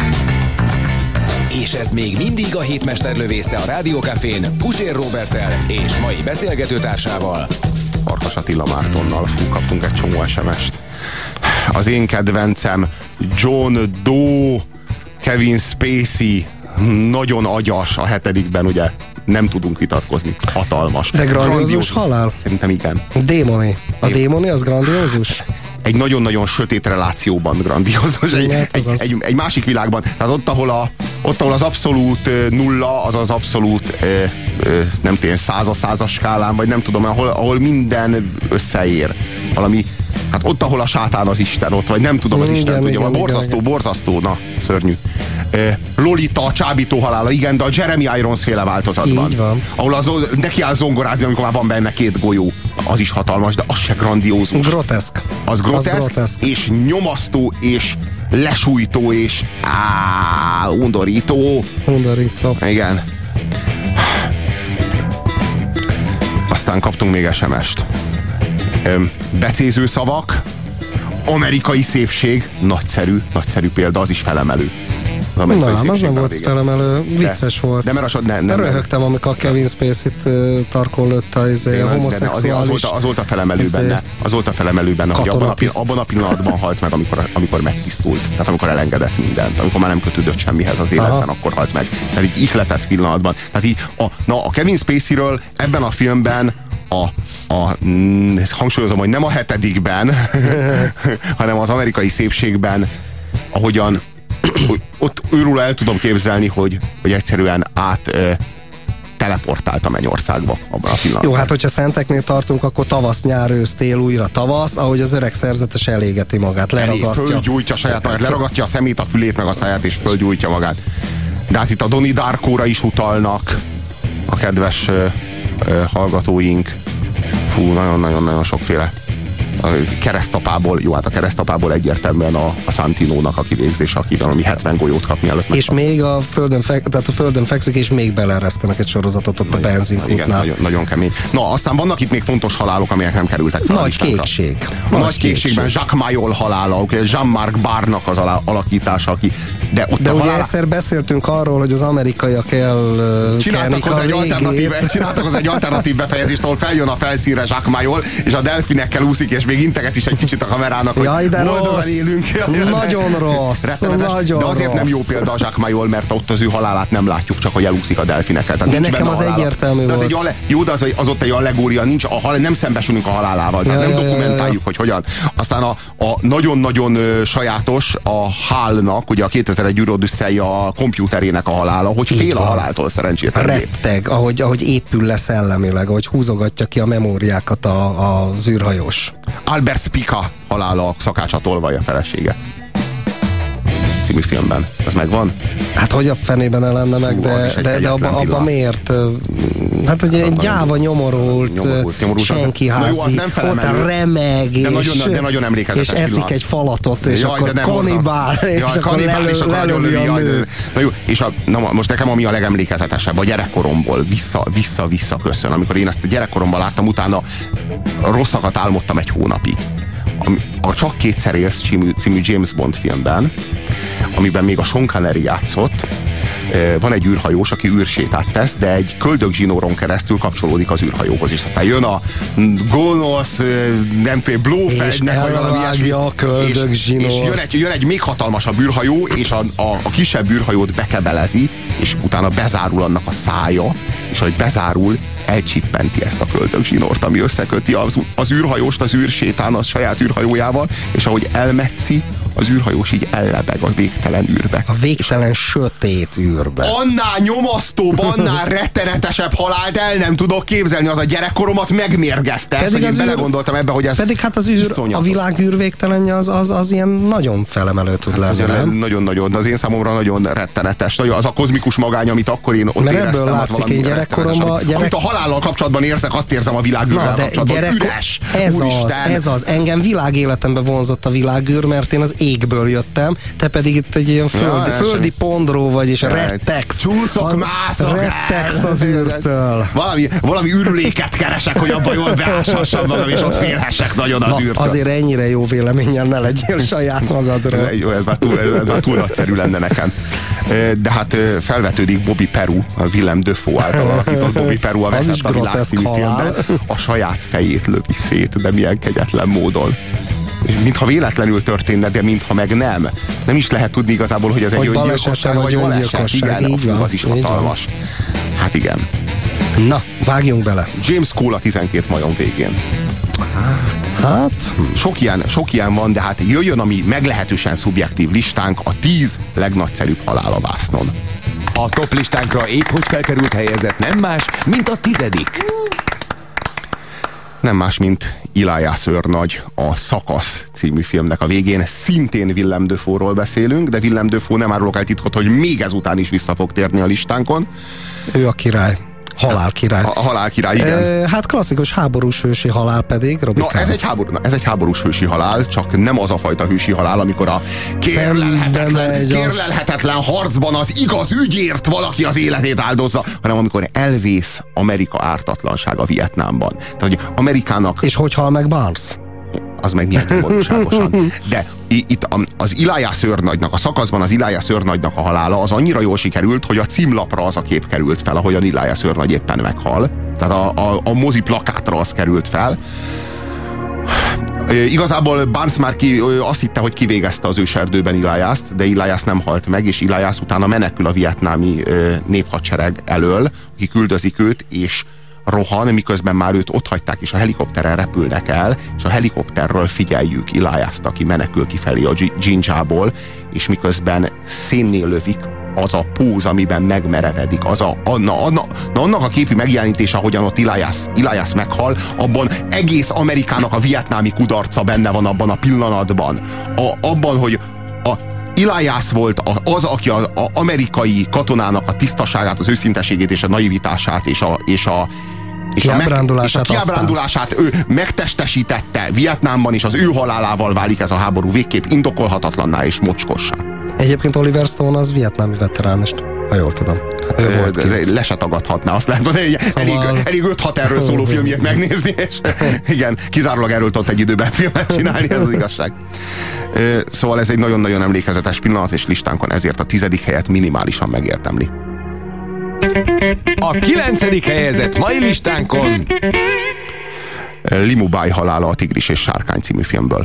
És ez még mindig a hétmesterlövésze a Rádiókafén Puzsér Róberttel és mai beszélgetőtársával, Farkas Attila Mártonnal. Kaptunk egy csomó SMS-t. Az én kedvencem John Doe, Kevin Spacey, nagyon agyas a 7-ben, ugye nem tudunk vitatkozni. Hatalmas. De grandiózus halál? Szerintem igen. Démoni. A démoni az grandiózus? Egy nagyon-nagyon sötét relációban grandiózus. Egy másik világban. Tehát ott, ahol az abszolút nulla, az az abszolút nem tudom, 100-as skálán, vagy nem tudom, ahol minden összeér. Valami, hát ott, ahol a sátán az Isten, ott, vagy nem tudom, az Isten tudja. Borzasztó, na, szörnyű. Lolita, a csábító halála, igen, de a Jeremy Irons féle változatban. Így van. Ahol neki áll zongorázni, amikor már van benne 2 golyó. Az is hatalmas, de az se grandiózus. Groteszk. Az groteszk, és nyomasztó, és lesújtó, és undorító. Undorító. Igen. Aztán kaptunk még SMS-t. Becéző szavak, amerikai szépség, nagyszerű példa, az is felemelő. Nem, az nem volt felemelő, vicces volt. De röhögtem, amikor a Kevin Spacey-t tarkon lőtt a homoszexuális. Az volt a felemelő benne, hogy abban a pillanatban halt meg, amikor megtisztult. Tehát amikor elengedett mindent, amikor már nem kötődött semmihez az életben, akkor halt meg. Tehát így ihletett pillanatban. Tehát így a Kevin Spacey-ről ebben a filmben hangsúlyozom, hogy nem a 7-ben, hanem az amerikai szépségben, ahogyan ott őről el tudom képzelni, hogy egyszerűen teleportált a mennyországba abban a pillanatban. Jó, hát hogyha szenteknél tartunk, akkor tavasz, nyár, ősz, tél, újra tavasz, ahogy az öreg szerzetes elégeti magát, leragasztja. Fölgyújtja saját magát, leragasztja a szemét, a fülét, meg a száját, és fölgyújtja magát. De hát itt a Donnie Darkóra is utalnak a kedves hallgatóink. Fú, nagyon-nagyon sokféle. A keresztapából, jó, hát a keresztapából egyértelműen a Santinónak a kivégzés, aki valami 70 golyót kap mielőtt. És még a földön fekszik, és még beleresztenek egy sorozatot ott a benzinkútnál. Igen, nagyon kemény. Na, aztán vannak itt még fontos halálok, amelyek nem kerültek fel. Nagy kékség. A nagy kékségben Jacques Mayol halála, Jean-Marc Barrnak az alakítása, aki... De ugye egyszer beszéltünk arról, hogy az amerikaiak csináltak hozzá egy alternatív befejezést, ahol feljön a felszínre Jacques Mayol, és a delfinekkel úszik, és még integet is egy kicsit a kamerának, hogy boldogan élünk. Nagyon rossz. De azért nem jó példa a Jacques Mayol, mert ott az ő halálát nem látjuk, csak hogy elúszik a delfinekkel. De nekem az egyértelmű volt. Jó, de az ott egy allegória, nem szembesülünk a halálával, tehát nem dokumentáljuk, hogy hogyan. Aztán a nagyon-nagyon sajátos a HAL-nak, ugye a 2001 űrodüsszeja a kompjúterének a halála, hogy fél a haláltól szerencsétlen. Retteg, ahogy épül le szellemileg, ahogy húzogatja ki a memóriákat az űrhajós. Albert Spica halála, szakácsat olvaja felesége című filmben. Ez megvan? Hát hogy a fenében lenne meg, de abba miért? Hát egy gyáva nyomorult senki házi, ott remeg, de nagyon emlékezetes és eszik pillanat. Egy falatot, és akkor kanibál, és akkor lelövi a nő. Na jó, és most nekem ami a legemlékezetesebb, a gyerekkoromból vissza köszön. Amikor én ezt a gyerekkoromban láttam, utána rosszakat álmodtam egy hónapig. A Csak kétszer élsz című James Bond filmben, amiben még a Sean Connery játszott, van egy űrhajós, aki űrsétát tesz, de egy köldögzsinóron keresztül kapcsolódik az űrhajóhoz, és aztán jön a gonosz, nem tudom, Blofeld-nek, vagy valami ilyesmi, és jön egy még hatalmasabb űrhajó, és a kisebb űrhajót bekebelezi, és utána bezárul annak a szája, és ahogy bezárul, elcsippenti ezt a köldögzsinort, ami összeköti az űrhajóst az űrsétán, az saját űrhajójával, és ahogy elmetszi, az űrhajós így ellebeg a végtelen űrbe. A végtelen sötét űrbe. Annál nyomasztóbb, annál rettenetesebb halált el nem tudok képzelni, az a gyerekkoromat megmérgezte. Ezt, hogy én belegondoltam ebbe, hogy ez pedig hát az űr, a világ űrvégtelenje az ilyen nagyon felemelő tud lenni, nem? Nagyon, az én számomra nagyon rettenetes. Az a kozmikus magány, amit akkor én ott éreztem, az valami én gyerekkoromban... Amit a halállal kapcsolatban érzek, azt érzem a világűrrel kapcsolatban. Üres! Ez az. Engem világéletemben vonzott a világűr, mert én az égből jöttem, te pedig itt egy ilyen földi pondró vagy, és rettegsz. Csúszok, mászok. Rettegsz az űrtől. Valami ürüléket keresek, hogy abban jól beáshassam magam, és ott félhessek nagyon az űrtől. Azért ennyire jó véleménnyel ne legyél saját magadról. Ez már túl nagyszerű lenne nekem. De hát felvetődik Bobby Peru, a Willem Dafoe által alakított Bobby Peru a Veszett a világ című filmben. A saját fejét lövi szét, de milyen kegyetlen módon. Mintha véletlenül történne, de mintha meg nem. Nem is lehet tudni igazából, hogy ez egy öngyilkosság vagy baleset. Igen, az is hatalmas. Hát igen. Na, vágjunk bele. James Cole a 12 majom végén. Hát? Sok ilyen van, de hát jöjjön a mi meglehetősen szubjektív listánk, a 10 legnagyszerűbb halál a vásznon. A top listánkra épp hogy felkerült helyezett nem más, mint a 10. Nem más, mint Elias őrnagy a Szakasz című filmnek a végén. Szintén Willem Dafoe-ról beszélünk, de Willem Dafoe, nem árulok el titkot, hogy még ezután is vissza fog térni a listánkon. Ő a király. Halálkirály. A halálkirály, igen. Hát klasszikus háborús hősi halál pedig, Robikám. Ez egy háborús hősi halál, csak nem az a fajta hősi halál, amikor a kérlelhetetlen harcban az igaz ügyért valaki az életét áldozza, hanem amikor elvész Amerika ártatlansága Vietnámban. Tehát, hogy Amerikának... És hogy hal meg Barnes? Az meg milyen valóságosan. De itt az Elias őrnagynak, a Szakaszban az Elias őrnagynak a halála az annyira jól sikerült, hogy a címlapra az a kép került fel, ahogyan Elias őrnagy éppen meghal. Tehát a mozi plakátra az került fel. Igazából Barnes már azt hitte, hogy kivégezte az őserdőben Eliast, de Elias nem halt meg, és Elias utána menekül a vietnámi néphadsereg elől, akik üldözik őt, és rohan, miközben már őt ott hagyták, és a helikopteren repülnek el, és a helikopterről figyeljük Eliast, aki menekül kifelé a Jinjából, és miközben szénnél lövik, az a póz, amiben megmerevedik, annak a képi megjelenítése, ahogyan ott Elias meghal, abban egész Amerikának a vietnámi kudarca benne van abban a pillanatban. Abban, hogy Elias volt az, aki az amerikai katonának a tisztaságát, az őszinteségét és a naivitását és a kiábrándulását ő megtestesítette Vietnámban, és az ő halálával válik ez a háború végképp indokolhatatlanná és mocskossá. Egyébként Oliver Stone az vietnámi veteránist, ha jól tudom. Ő volt le se tagadhatná, azt lehet, hogy elég 5-6 erről szóló filmjét megnézni, és igen, kizárólag erről tudott egy időben filmet csinálni, ez az igazság. Szóval ez egy nagyon-nagyon emlékezetes pillanat, és listánkon ezért a 10. helyet minimálisan megértemli. A 9. helyezett mai listánkon Limu Bai halála a Tigris és Sárkány című filmből.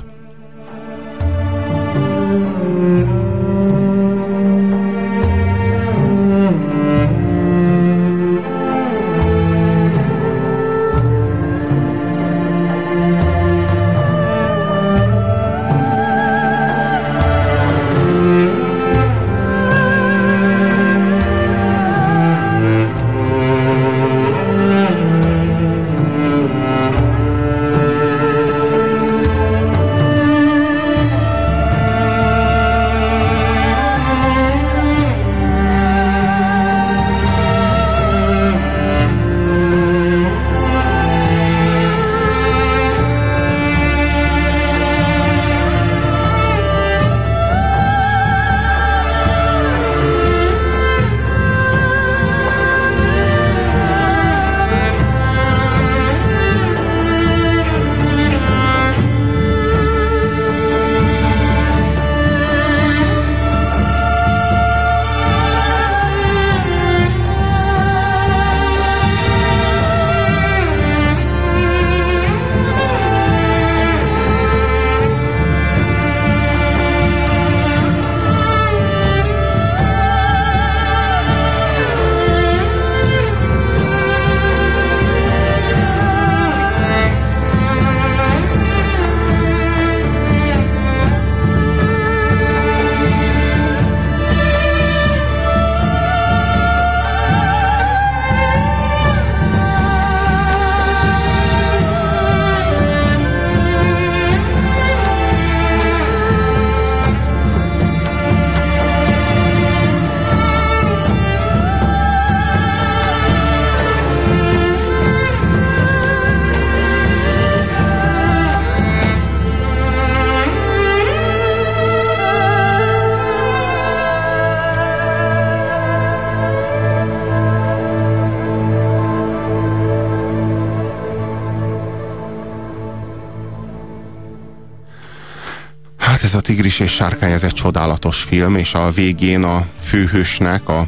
Hát ez a Tigris és Sárkány, ez egy csodálatos film, és a végén a főhősnek, a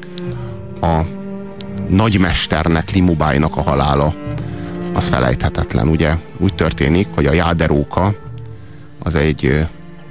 nagymesternek, Limubájnak a halála az felejthetetlen. Ugye úgy történik, hogy a jáderóka az egy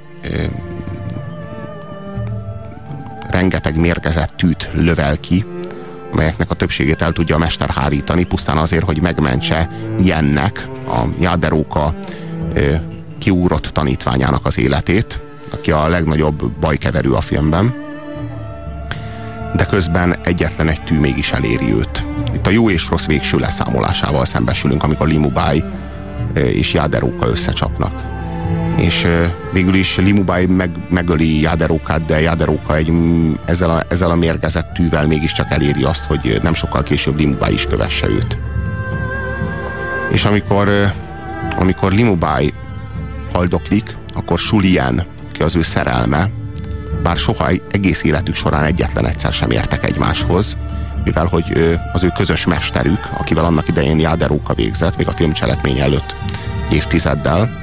rengeteg mérgezett tűt lövel ki, amelyeknek a többségét el tudja a mester hárítani, pusztán azért, hogy megmentse Jennek, a jáderóka kiugrott tanítványának az életét, aki a legnagyobb bajkeverő a filmben, de közben egyetlen egy tű mégis eléri őt. Itt a jó és rossz végső leszámolásával szembesülünk, amikor Limubáj és jáderóka összecsapnak. És végül is Limubáj megöli jáderókát, de jáderóka ezzel a mérgezett tűvel mégiscsak eléri azt, hogy nem sokkal később Limubáj is kövesse őt. És amikor Limubáj haldoklik, akkor Julien, aki az ő szerelme, bár soha egész életük során egyetlen egyszer sem értek egymáshoz, mivel hogy az ő közös mesterük, akivel annak idején jáderóka végzett, még a film cselekmény előtt évtizeddel,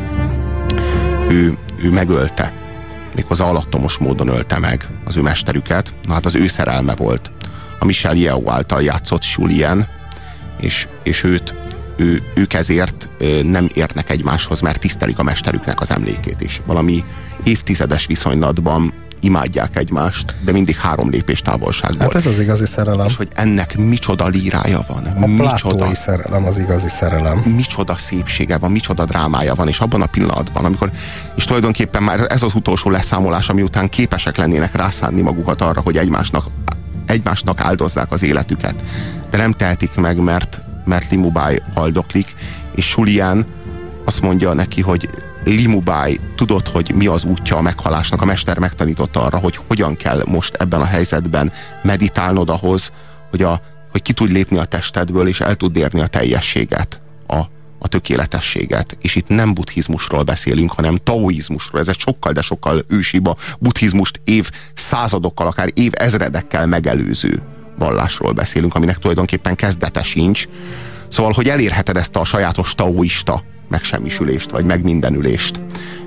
ő megölte, méghozzá alattomos módon ölte meg az ő mesterüket. Na hát az ő szerelme volt a Michelle Yeoh által játszott Julien, és ők ezért nem érnek egymáshoz, mert tisztelik a mesterüknek az emlékét is. Valami évtizedes viszonylatban imádják egymást, de mindig 3 lépés távolságból. Hát ez az igazi szerelem. És hogy ennek micsoda lírája van. A plátói szerelem az igazi szerelem. Micsoda szépsége van, micsoda drámája van, és abban a pillanatban, amikor, és tulajdonképpen már ez az utolsó leszámolás, ami után képesek lennének rászánni magukat arra, hogy egymásnak áldozzák az életüket. De nem tehetik meg, mert Limubáj haldoklik, és Julien azt mondja neki, hogy Limubáj, tudod, hogy mi az útja a meghalásnak? A mester megtanította arra, hogy hogyan kell most ebben a helyzetben meditálnod ahhoz, hogy ki tudj lépni a testedből, és el tud érni a teljességet, a tökéletességet. És itt nem buddhizmusról beszélünk, hanem taoizmusról. Ez egy sokkal, de sokkal ősibb, a buddhizmust évszázadokkal, akár évezredekkel megelőző vallásról beszélünk, aminek tulajdonképpen kezdete sincs. Szóval, hogy elérheted ezt a sajátos taoista megsemmisülést, vagy megmindenülést.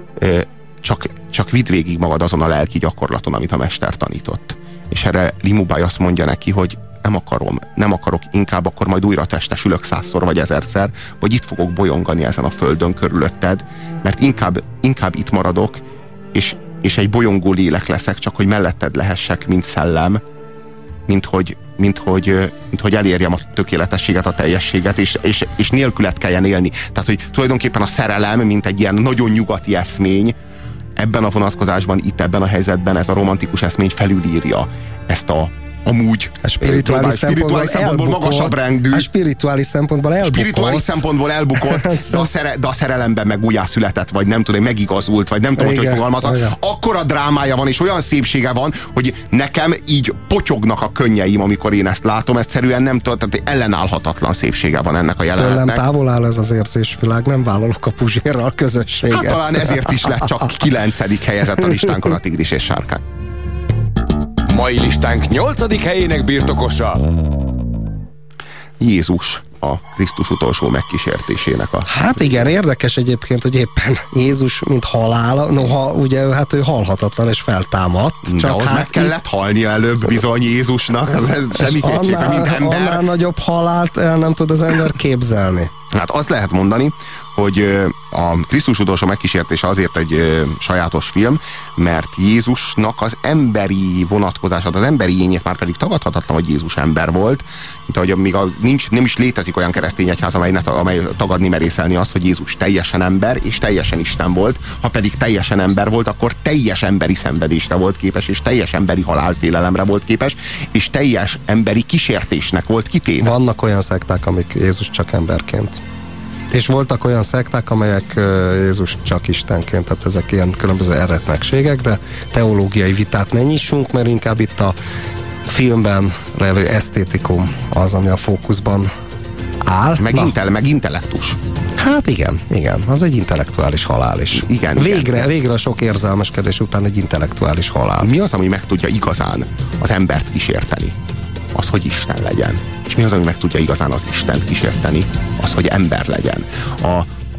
Csak vidd végig magad azon a lelki gyakorlaton, amit a mester tanított. És erre Limubáj azt mondja neki, hogy nem akarok, inkább akkor majd újra testesülök 100-szor vagy 1000-szer, vagy itt fogok bolyongani ezen a földön körülötted, mert inkább itt maradok, és egy bolyongó lélek leszek, csak hogy melletted lehessek, mint szellem, mint hogy elérjem a tökéletességet, a teljességet, és nélkület kelljen élni. Tehát, hogy tulajdonképpen a szerelem, mint egy ilyen nagyon nyugati eszmény, ebben a vonatkozásban, itt ebben a helyzetben ez a romantikus eszmény felülírja ezt amúgy spirituális szempontból magasabb rendű. Spirituális szempontból elbukott, de a szerelemben meg újjászületett, vagy nem tudom, megigazult, vagy nem tudom, hogy fogalmazza. Akkora drámája van, és olyan szépsége van, hogy nekem így potyognak a könnyeim, amikor én ezt látom. Egyszerűen nem tudom, tehát ellenállhatatlan szépsége van ennek a jelenetnek. Tőlem távol áll ez az érzésvilág, nem vállalok a Puzsérral közösséget. Hát talán ezért is lett csak 9. helyezett a listánkon a Tigris és Sárkány. Mai listánk 8. helyének birtokosa Jézus, a Krisztus utolsó megkísértésének a... Hát igen, érdekes egyébként, hogy éppen Jézus, mint halál, noha ugye hát ő halhatatlan és feltámadt. De ahhoz meg kellett halnia előbb bizony Jézusnak, semmi kétségben, mint ember. Annál nagyobb halált el nem tud az ember képzelni. Hát azt lehet mondani, hogy a Krisztus utolsó megkísértése azért egy sajátos film, mert Jézusnak az emberi vonatkozását, az emberi ényét már pedig tagadhatatlan, hogy Jézus ember volt, mint ahogy még nem is létezik olyan keresztény egyház, amely tagadni merészelni azt, hogy Jézus teljesen ember és teljesen Isten volt. Ha pedig teljesen ember volt, akkor teljes emberi szenvedésre volt képes, és teljes emberi halálfélelemre volt képes, és teljes emberi kísértésnek volt kitéve. Vannak olyan szekták, amik Jézus csak emberként. És voltak olyan szekták, amelyek Jézus csak Istenként, tehát ezek ilyen különböző eretnekségek, de teológiai vitát ne nyissunk, mert inkább itt a filmben levő esztétikum az, ami a fókuszban áll. Meg intellektus. Hát igen, az egy intellektuális halál is. Igen, végre a sok érzelmeskedés után egy intellektuális halál. Mi az, ami meg tudja igazán az embert kísérteni? Az, hogy Isten legyen. És mi az, ami meg tudja igazán az Istent kísérteni? Az, hogy ember legyen.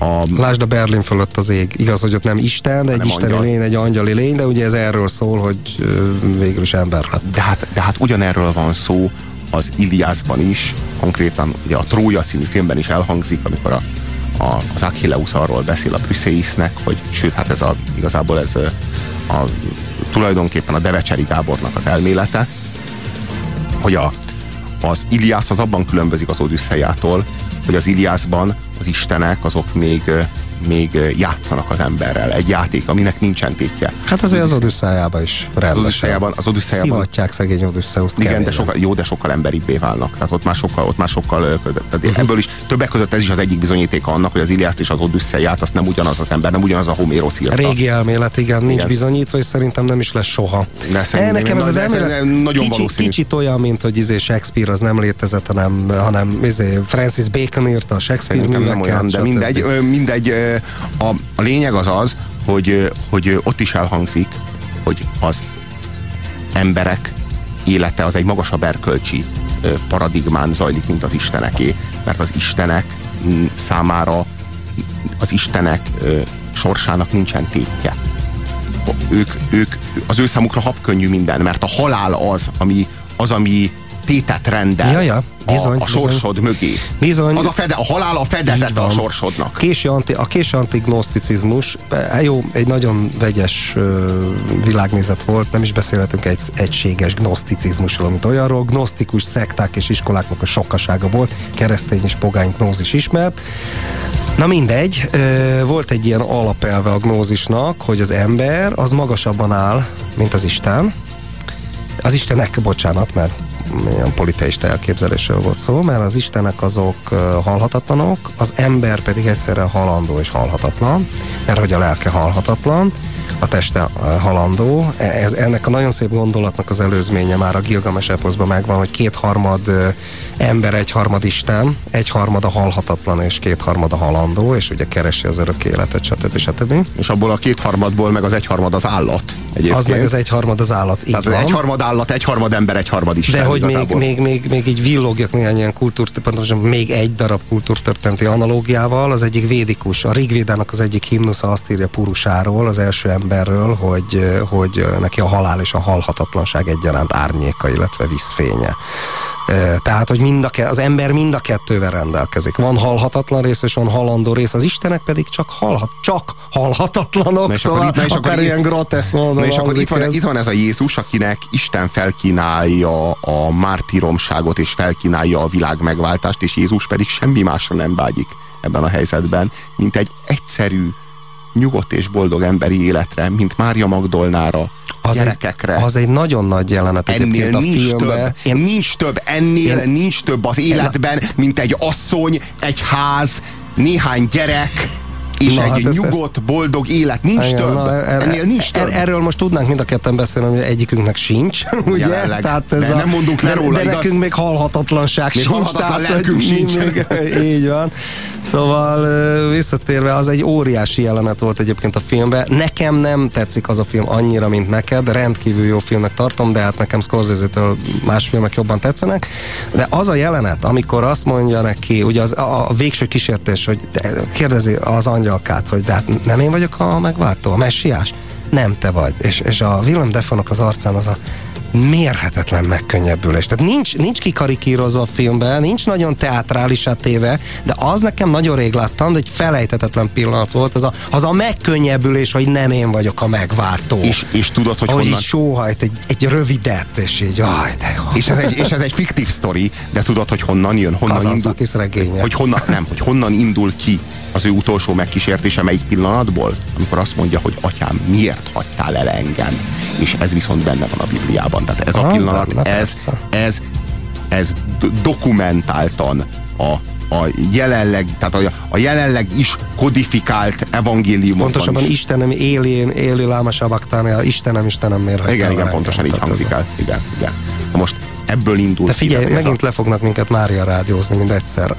Lásd a Berlin fölött az ég. Igaz, hogy ott nem Isten, de egy isteni lény, egy angyali lény, de ugye ez erről szól, hogy végül is ember lett. De hát ugyanerről van szó az Iliászban is, konkrétan ugye a Trója című filmben is elhangzik, amikor az Achilleus arról beszél a Briseisnek, hogy sőt, hát igazából ez tulajdonképpen a Devecseri Gábornak az elmélete, hogy az Iliász az abban különbözik az Odüsszeiától, hogy az Iliászban az istenek azok még játszanak az emberrel. Egy játék, aminek nincsen tétje. Hát azért az Odüsszeiában is rendesen. Az Odüsszeiában szivatják szegény Odüsszeuszt. Igen, de sokkal emberibbé válnak. Tehát ott már sokkal ebből is többek között ez is az egyik bizonyítéka annak, hogy az Iliászt és az Odüsszeiát azt nem ugyanaz az ember, nem ugyanaz a Homérosz írta. Régi elmélet, igen, nincs bizonyítva, és szerintem nem is lesz soha. Nekem ez az elmélet nagyon valószínű. Kicsit olyan, mint hogy Shakespeare az nem létezett, hanem Francis Bacon írta a Shakespeare műveket. De mindegy. A lényeg az, hogy ott is elhangzik, hogy az emberek élete az egy magasabb erkölcsi paradigmán zajlik, mint az isteneké, mert az istenek számára, az istenek sorsának nincsen tétje. Az ő számukra habkönnyű minden, mert a halál az, ami tétet rendel a sorsod mögé. Bizony. A halál a fedezete a sorsodnak. A késő antignoszticizmus, jó, egy nagyon vegyes világnézet volt, nem is beszélhetünk egy egységes gnoszticizmusról, mint olyanról. Gnosztikus szekták és iskoláknak a sokasága volt, keresztény és pogány gnózis ismert. Na mindegy, volt egy ilyen alapelve a gnózisnak, hogy az ember az magasabban áll, mint az Isten. Az Istenek, bocsánat, mert ilyen politeista elképzelésről volt szó, mert az istenek azok halhatatlanok, az ember pedig egyszerre halandó és halhatatlan, mert hogy a lelke halhatatlan, a teste halandó. Ennek a nagyon szép gondolatnak az előzménye már a Gilgames eposzban megvan, hogy 2/3 ember, 1/3 Isten, 1/3 a halhatatlan és 2/3 a halandó, és ugye keresi az örök életet, stb. És abból a 2/3 meg az 1/3 az állat. Egyébként. Az meg az 1/3 az állat, így tehát van. 1/3 állat, 1/3 ember, 1/3 Isten. De hogy még így villogjak néhány ilyen még egy darab kultúrtörténeti analógiával, az egyik védikus, a Rigvédának az egyik himnusza azt írja Purusáról, az első emberről, hogy neki a halál és a halhatatlanság egyaránt árnyéka, illetve vízfénye. Tehát, hogy az ember mind a kettővel rendelkezik. Van halhatatlan rész, és van halandó rész, az istenek pedig csak halhatatlanok, szóval akár ilyen grotesz módon. És akkor itt van ez a Jézus, akinek Isten felkínálja a mártíromságot, és felkínálja a világ megváltást, és Jézus pedig semmi másra nem vágyik ebben a helyzetben, mint egy egyszerű, nyugodt és boldog emberi életre, mint Mária Magdolnára, gyerekekre. Az egy nagyon nagy jelenet egyébként a filmben. Nincs több az életben, mint egy asszony, egy ház, néhány gyerek, és egy nyugodt, boldog élet. Nincs több. Ennél nincs több. Erről most tudnánk mind a ketten beszélni, hogy egyikünknek sincs. Ugye? Tehát de nem mondunk le róla, de nekünk még halhatatlanság még sincs. Halhatatlan lelkünk sincs. Így van. Szóval visszatérve, az egy óriási jelenet volt egyébként a filmben. Nekem nem tetszik az a film annyira, mint neked. Rendkívül jó filmnek tartom, de hát nekem Scorsese-től más filmek jobban tetszenek. De az a jelenet, amikor azt mondja neki, ugye a végső kísértés, hogy kérdezi az angyalkát, hogy de hát nem én vagyok a megváltó, a messiás? Nem te vagy. És a Willem Dafoe-nak az arcán az a mérhetetlen megkönnyebbülés. Tehát nincs kikarikírozva a filmben, nincs nagyon teátrálisá téve, de az nekem nagyon rég láttam, de egy felejthetetlen pillanat volt, az a megkönnyebbülés, hogy nem én vagyok a megváltó. És tudod, hogy honnan... így sóhajt egy rövidet, és így jaj, de jó. És ez egy fiktív sztori, de tudod, hogy honnan jön? Hogy honnan indul ki az ő utolsó megkísértése, melyik pillanatból? Amikor azt mondja, hogy atyám, miért hagytál el engem? És ez viszont benne van a Bibliában. Tehát ez a pillanat, ez dokumentáltan a jelenleg, tehát a jelenleg is kodifikált evangéliumokban. Pontosabban Istenem éli láma sabachthani, Istenem miért hagytál el? Igen, pontosan így hangzik el. Igen. Na most ebből indul. De figyelj, megint le fognak minket Mária rádiózni, mind egyszer.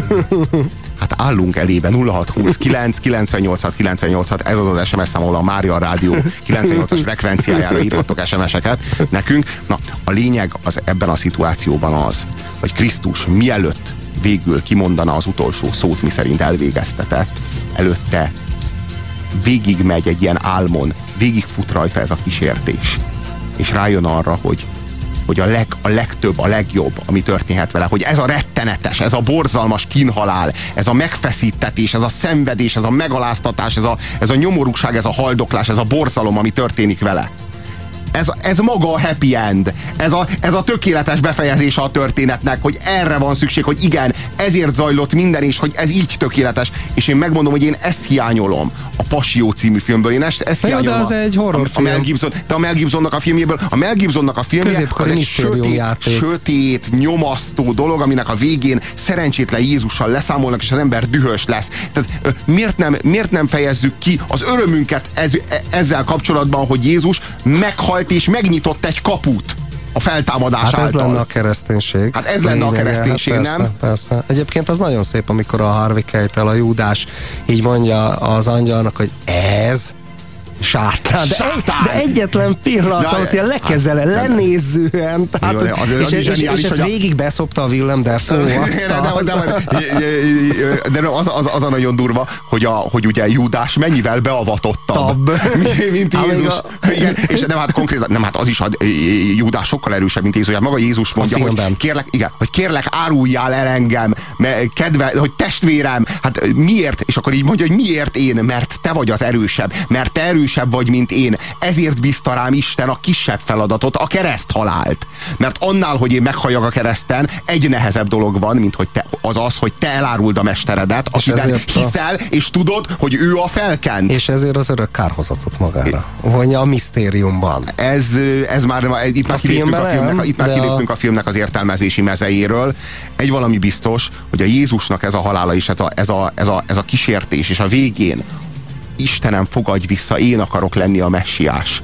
Hát állunk elébe 0629 986 ez az SMS szám, ahol a Mária Rádió 98-as frekvenciájára írhattok SMS-eket nekünk. Na, a lényeg az ebben a szituációban az, hogy Krisztus mielőtt végül kimondana az utolsó szót, miszerint elvégeztetett, előtte végigmegy egy ilyen álmon, végigfut rajta ez a kísértés, és rájön arra, hogy a legtöbb, a legjobb, ami történhet vele, hogy ez a rettenetes, ez a borzalmas kínhalál, ez a megfeszítetés, ez a szenvedés, ez a megaláztatás, ez a nyomorúság, ez a haldoklás, ez a borzalom, ami történik vele. Ez maga a happy end. Ez a tökéletes befejezése a történetnek, hogy erre van szükség, hogy igen, ezért zajlott minden, és hogy ez így tökéletes. És én megmondom, hogy én ezt hiányolom a Passió című filmből. Én ezt hiányolom. De az egy horrorfilm. A Mel Gibsonnak a filmjéből. A Mel Gibsonnak a filmje az egy sötét, nyomasztó dolog, aminek a végén szerencsétlen Jézussal leszámolnak, és az ember dühös lesz. Tehát miért nem fejezzük ki az örömünket ezzel kapcsolatban, hogy Jézus meghalt és megnyitott egy kaput a feltámadás által. Hát ez lenne a kereszténység. Hát ez lenne a kereszténység, hát persze, nem? Persze. Egyébként az nagyon szép, amikor a Harvey Keitel, a Júdás így mondja az angyalnak, hogy ez sátán. De egyetlen pillanatot ilyen lekezele, lenézően. És ez végig beszopta a Willem Dafoe. De az a nagyon durva, hogy ugye Júdás mennyivel beavatottabb, mint Jézus. Igen, és hát konkrétan, nem, hát az is Júdás sokkal erősebb, mint Jézus. Maga Jézus mondja, hogy kérlek, áruljál el engem, hogy testvérem, hát miért? És akkor így mondja, hogy miért én? Mert te vagy az erősebb, mert te erősebb vagy, mint én. Ezért bízta rám Isten a kisebb feladatot, a kereszthalált. Mert annál, hogy én meghalljak a kereszten, egy nehezebb dolog van, mint hogy hogy te eláruld a mesteredet, akiben hiszel, és tudod, hogy ő a felkent. És ezért az örök kárhozatot magára vonja a misztériumban. Ez már, itt már kiléptünk a filmnek az értelmezési mezejéről. Egy valami biztos, hogy a Jézusnak ez a halála és ez a kísértés, és a végén Istenem, fogadj vissza, én akarok lenni a messiás.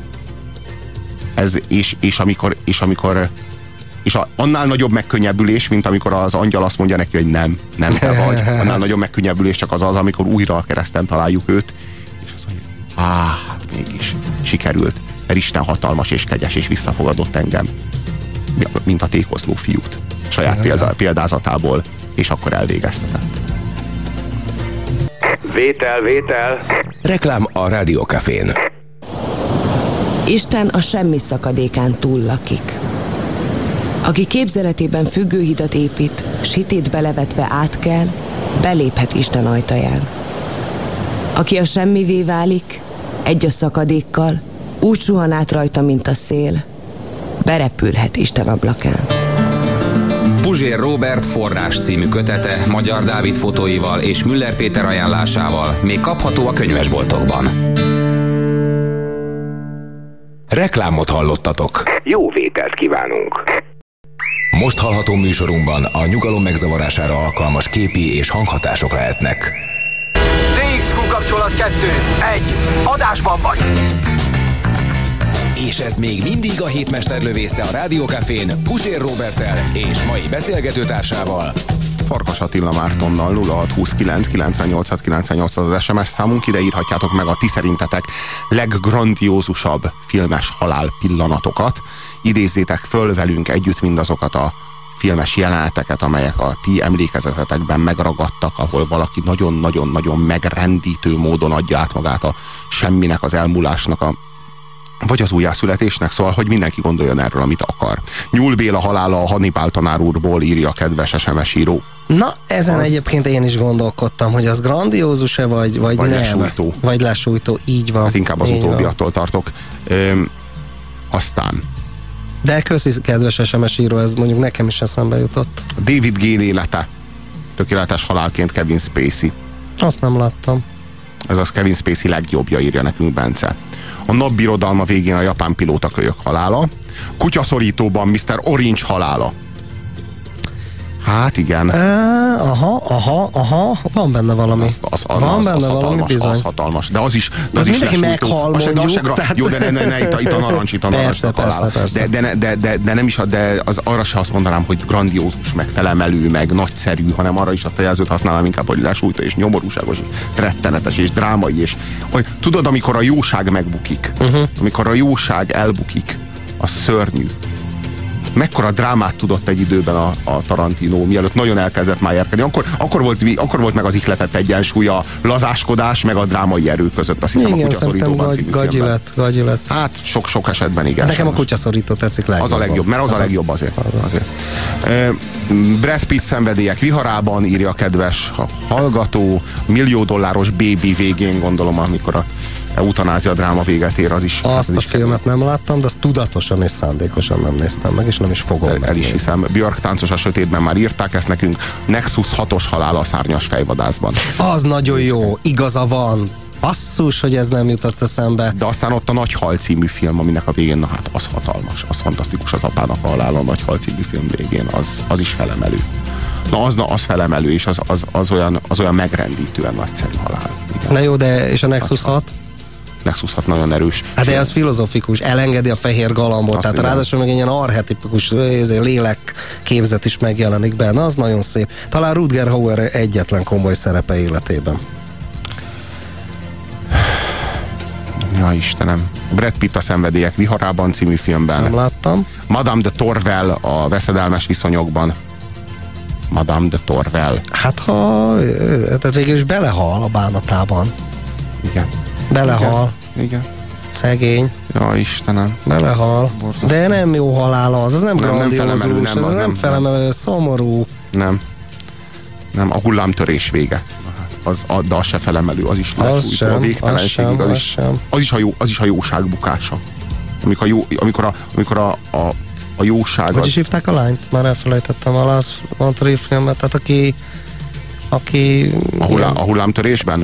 Annál nagyobb megkönnyebbülés, mint amikor az angyal azt mondja neki, hogy nem te vagy. Annál nagyobb megkönnyebbülés csak az, amikor újra a kereszten találjuk őt, és azt mondja, hát mégis sikerült, mert Isten hatalmas és kegyes, és visszafogadott engem, mint a tékozló fiút saját példázatából, és akkor elvégeztetett. Vétel. Reklám a Rádiókafén. Isten a semmi szakadékán túl lakik. Aki képzeletében függőhidat épít, s hitét belevetve átkel, beléphet Isten ajtaján. Aki a semmivé válik, egy a szakadékkal, úgy suhan át rajta, mint a szél, berepülhet Isten ablakán. Puzsér Róbert forrás című kötete Magyar Dávid fotóival és Müller Péter ajánlásával még kapható a könyvesboltokban. Reklámot hallottatok. Jó vételt kívánunk. Most hallható műsorunkban a nyugalom megzavarására alkalmas képi és hanghatások lehetnek. TXQ kapcsolat 2. 1. Adásban vagy. És ez még mindig a hétmesterlövésze a Rádiókafén Puzsér Róberttel és mai beszélgetőtársával, Farkas Attila Mártonnal. 0629 98 98 az SMS számunk, ide írhatjátok meg a ti szerintetek leggrandiózusabb filmes halál pillanatokat. Idézzétek föl velünk együtt mindazokat a filmes jeleneteket, amelyek a ti emlékezetetekben megragadtak, ahol valaki nagyon-nagyon-nagyon megrendítő módon adja át magát a semminek, az elmúlásnak, vagy az újjászületésnek, szóval, hogy mindenki gondoljon erről, amit akar. Nyúl Béla halála a Hannibal tanár úrból, írja a kedves SMS író. Na, ezen egyébként én is gondolkodtam, hogy az grandiózus-e, vagy nem. Lesújtó. Vagy lesújtó, így van. Hát inkább az utóbbiattól tartok. Aztán. De köszi, kedves SMS író, ez mondjuk nekem is eszembe jutott. David Gale élete. Tökéletes halálként Kevin Spacey. Azt nem láttam. Ez az Kevin Spacey legjobbja, írja nekünk Bence. A napbirodalma végén a japán pilótakölyök halála. Kutyaszorítóban Mr. Orange halála. Hát igen. Aha, van benne valami. Van benne valami, bizony. Az hatalmas, de az is. De az mindenki meghal, mondjuk. Jó, de itt a narancs, Persze. De nem is, de az arra se azt mondanám, hogy grandiózus, meg felemelő, meg nagyszerű, hanem arra is azt a jelzőt használom inkább, hogy lesújtó, és nyomorúságos, és rettenetes, és drámai, és tudod, amikor a jóság megbukik, amikor a jóság elbukik, az szörnyű. mekkora drámát tudott egy időben a Tarantino, mielőtt nagyon elkezdett májárkedni. Akkor volt meg az ihletett egyensúly a lazáskodás, meg a drámai erő között. Azt hiszem, igen, a Kutyaszorítóban című filmben. Gagyi lett. Hát sok esetben igen. Nekem a Kutyaszorító tetszik legjobban. Az a legjobb, mert az a legjobb azért. Brad Pitt szenvedélyek viharában, írja a kedves hallgató, $1 millió Baby végén, gondolom, amikor a eutanázia dráma véget ér, az is. Azt a filmet nem láttam, de azt tudatosan és szándékosan nem néztem meg, és nem is fogom meg. El is hiszem. Björk táncos a sötétben már írták ezt nekünk. Nexus 6-os halál a szárnyas fejvadászban. Az nagyon jó, igaza van. Basszus, hogy ez nem jutott eszembe. De aztán ott a Nagy hal című film, aminek a végén, na hát az hatalmas, az fantasztikus, az apának a halála a Nagy hal című film végén, az is felemelő. Az felemelő, és az olyan megrendítően nagyszerű halál. Igen. Na jó, de és a Nexus 6? Nexus 6 nagyon erős. Hát de az filozofikus, elengedi a fehér galambot, tehát ráadásul meg egy ilyen archetipikus lélek képzet is megjelenik benne, az nagyon szép. Talán Rutger Hauer egyetlen komoly szerepe életében. Ja, Istenem. Brad Pitt a szenvedélyek viharában című filmben. Nem láttam. Madame de Torvel a veszedelmes viszonyokban. Madame de Torvel. Hát tehát végül is belehal a bánatában. Igen. Belehal. Igen. Szegény. Ja, Istenem. Belehal. Borzasztó. De nem jó halál az nem grandiózus, ez nem felemelő, szomorú. Nem, a hullámtörés vége. De az se felemelő, az is lesújtó, a végtelenségig, az is a jóság bukása. Amikor a jóság... Hogy is hívták a lányt? Már elfelejtettem a Lars von Trier filmet, tehát aki a hullámtörésben?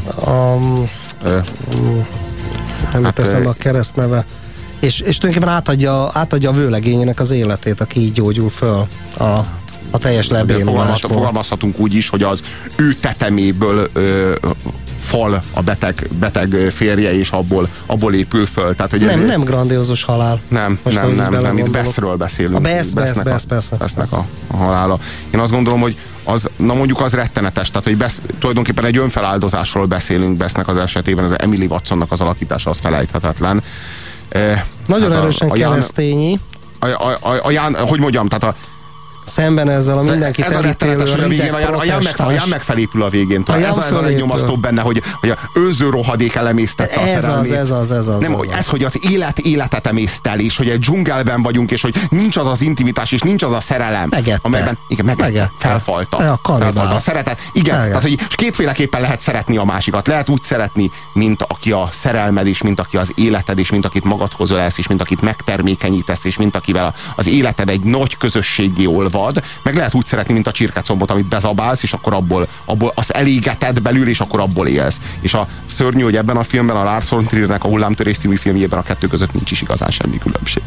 Nem teszem a keresztneve. És tulajdonképpen átadja a vőlegényének az életét, aki így gyógyul föl a teljes lebénulásból. Fogalmazhatunk úgy is, hogy az ő teteméből fal a beteg férje, és abból épül föl. Tehát, hogy nem grandiózus halál. Nem, itt Bessről beszélünk. Bessnek a halála. Én azt gondolom, hogy mondjuk az rettenetes, tehát hogy tulajdonképpen egy önfeláldozásról beszélünk Bessnek az esetében, az Emily Watsonnak az alakítása az felejthetetlen. Nagyon erősen keresztényi. Hogy mondjam, tehát szemben ezzel a mindenkit ez a rettenetes, hogy a végén a Jan megfelépül a végén. Ez a legnyomasztóbb benne, hogy a önző rohadék elemésztette a szerelmét. Ez, hogy az életet emésztel, és hogy egy dzsungelben vagyunk, és hogy nincs az intimitás, és nincs az a szerelem. Amelyben felfalta a szeretet. Igen, tehát hogy kétféleképpen lehet szeretni a másikat. Lehet úgy szeretni, mint aki a szerelmed, és mint aki az életed, és mint akit magadhoz ölelsz, és mint akit megtermékenyítesz, és mint akivel az életed egy nagy közösséggé olvad, meg lehet úgy szeretni, mint a csirkecombot, amit bezabálsz, és akkor abból azt elégeted belül, és akkor abból élsz. És a szörnyű, hogy ebben a filmben a Lars von Triernek a Hullámtörés című filmjében a kettő között nincs is igazán semmi különbség.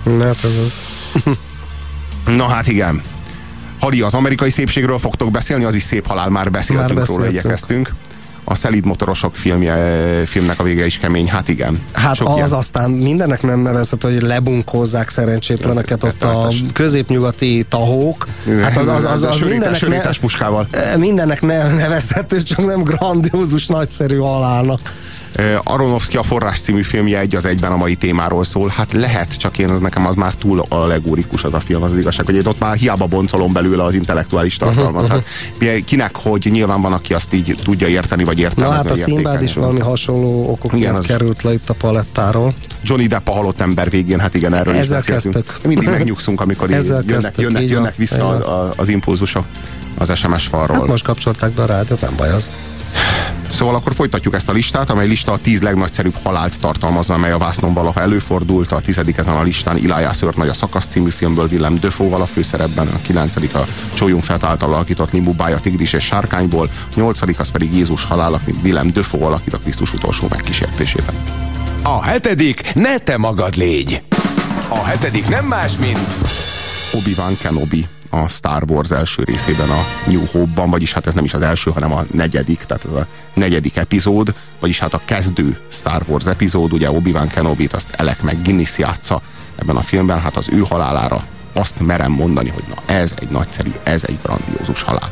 Na hát igen. Hali, az amerikai szépségről fogtok beszélni, az is szép halál, már beszéltünk róla, igyekeztünk. A szelíd motorosok filmnek a vége is kemény, hát igen. Hát az aztán mindennek nem nevezhető, hogy lebunkózzák szerencsétleneket ott a középnyugati tahók. Hát az sörétes puskával. Mindennek nevezhető, csak nem grandiózus, nagyszerű halálnak. Aronofsky a Forrás című filmje egy az egyben a mai témáról szól. Hát lehet, csak nekem az már túl allegorikus az a film, az igazság, hogy ott már hiába boncolom belőle az intellektuális tartalmat. Hát, kinek, hogy nyilván van, aki azt így tudja érteni, vagy értelmezni. Na hát a Sinbad is valami hasonló okok miatt került le itt a palettáról. Johnny Depp a halott ember végén, hát igen, erről ezzel is beszéltünk. Kezdtük. Mindig megnyugszunk, amikor jönnek vissza az impulzusok az SMS falról. Hát most kapcsolták be a rádiót, nem baj az. Szóval akkor folytatjuk ezt a listát, amely lista a 10 legnagyszerűbb halált tartalmazza, amely a vásznon valaha előfordult. A 10. ezen a listán Elijah Szörnagy a Szakasz című filmből Willem Dafoe-val a főszerepben, a 9. a Chow Yun-fat által alakított Limbu Bája Tigris és Sárkányból, 8. az pedig Jézus halála, mint Willem Dafoe alakít a Krisztus utolsó megkísértésében. A 7. ne te magad légy. A 7. nem más, mint Obi-Wan Kenobi a Star Wars első részében, a New Hope-ban, vagyis hát ez nem is az első, hanem a 4., tehát ez a 4. epizód, vagyis hát a kezdő Star Wars epizód, ugye Obi-Wan Kenobit azt Alec McGuinness játsza ebben a filmben, hát az ő halálára azt merem mondani, hogy na ez egy nagyszerű, ez egy grandiózus halál.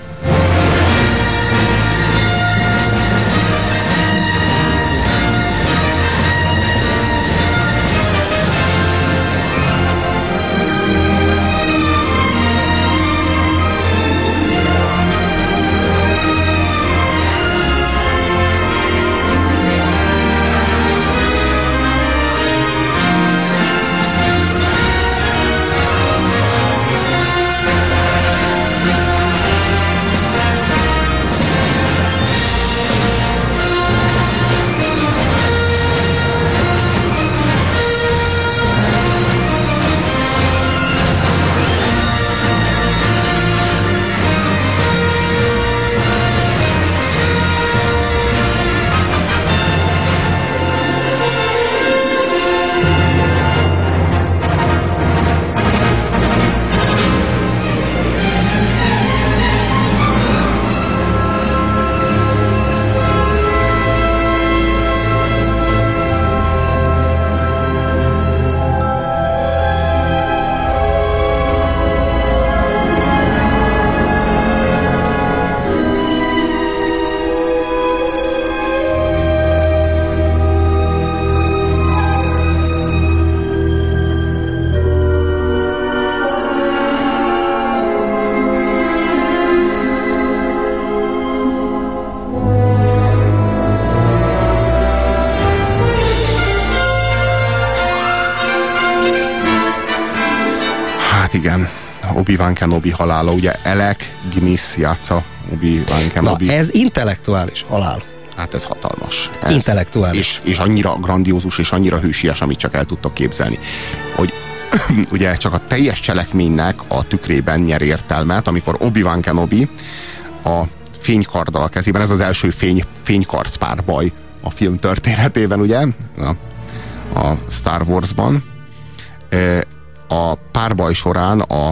Igen. Obi-Wan Kenobi halála, ugye Alec Guinness játsza Obi-Wan Kenobi. Na, ez intellektuális halál. Hát ez hatalmas. Intellektuális. És annyira grandiózus, és annyira hősies, amit csak el tudtok képzelni. Hogy ugye csak a teljes cselekménynek a tükrében nyer értelmet, amikor Obi-Wan Kenobi a fénykarddal a kezében, ez az első fénykard párbaj a film történetében, ugye? A Star Warsban. A párbaj során a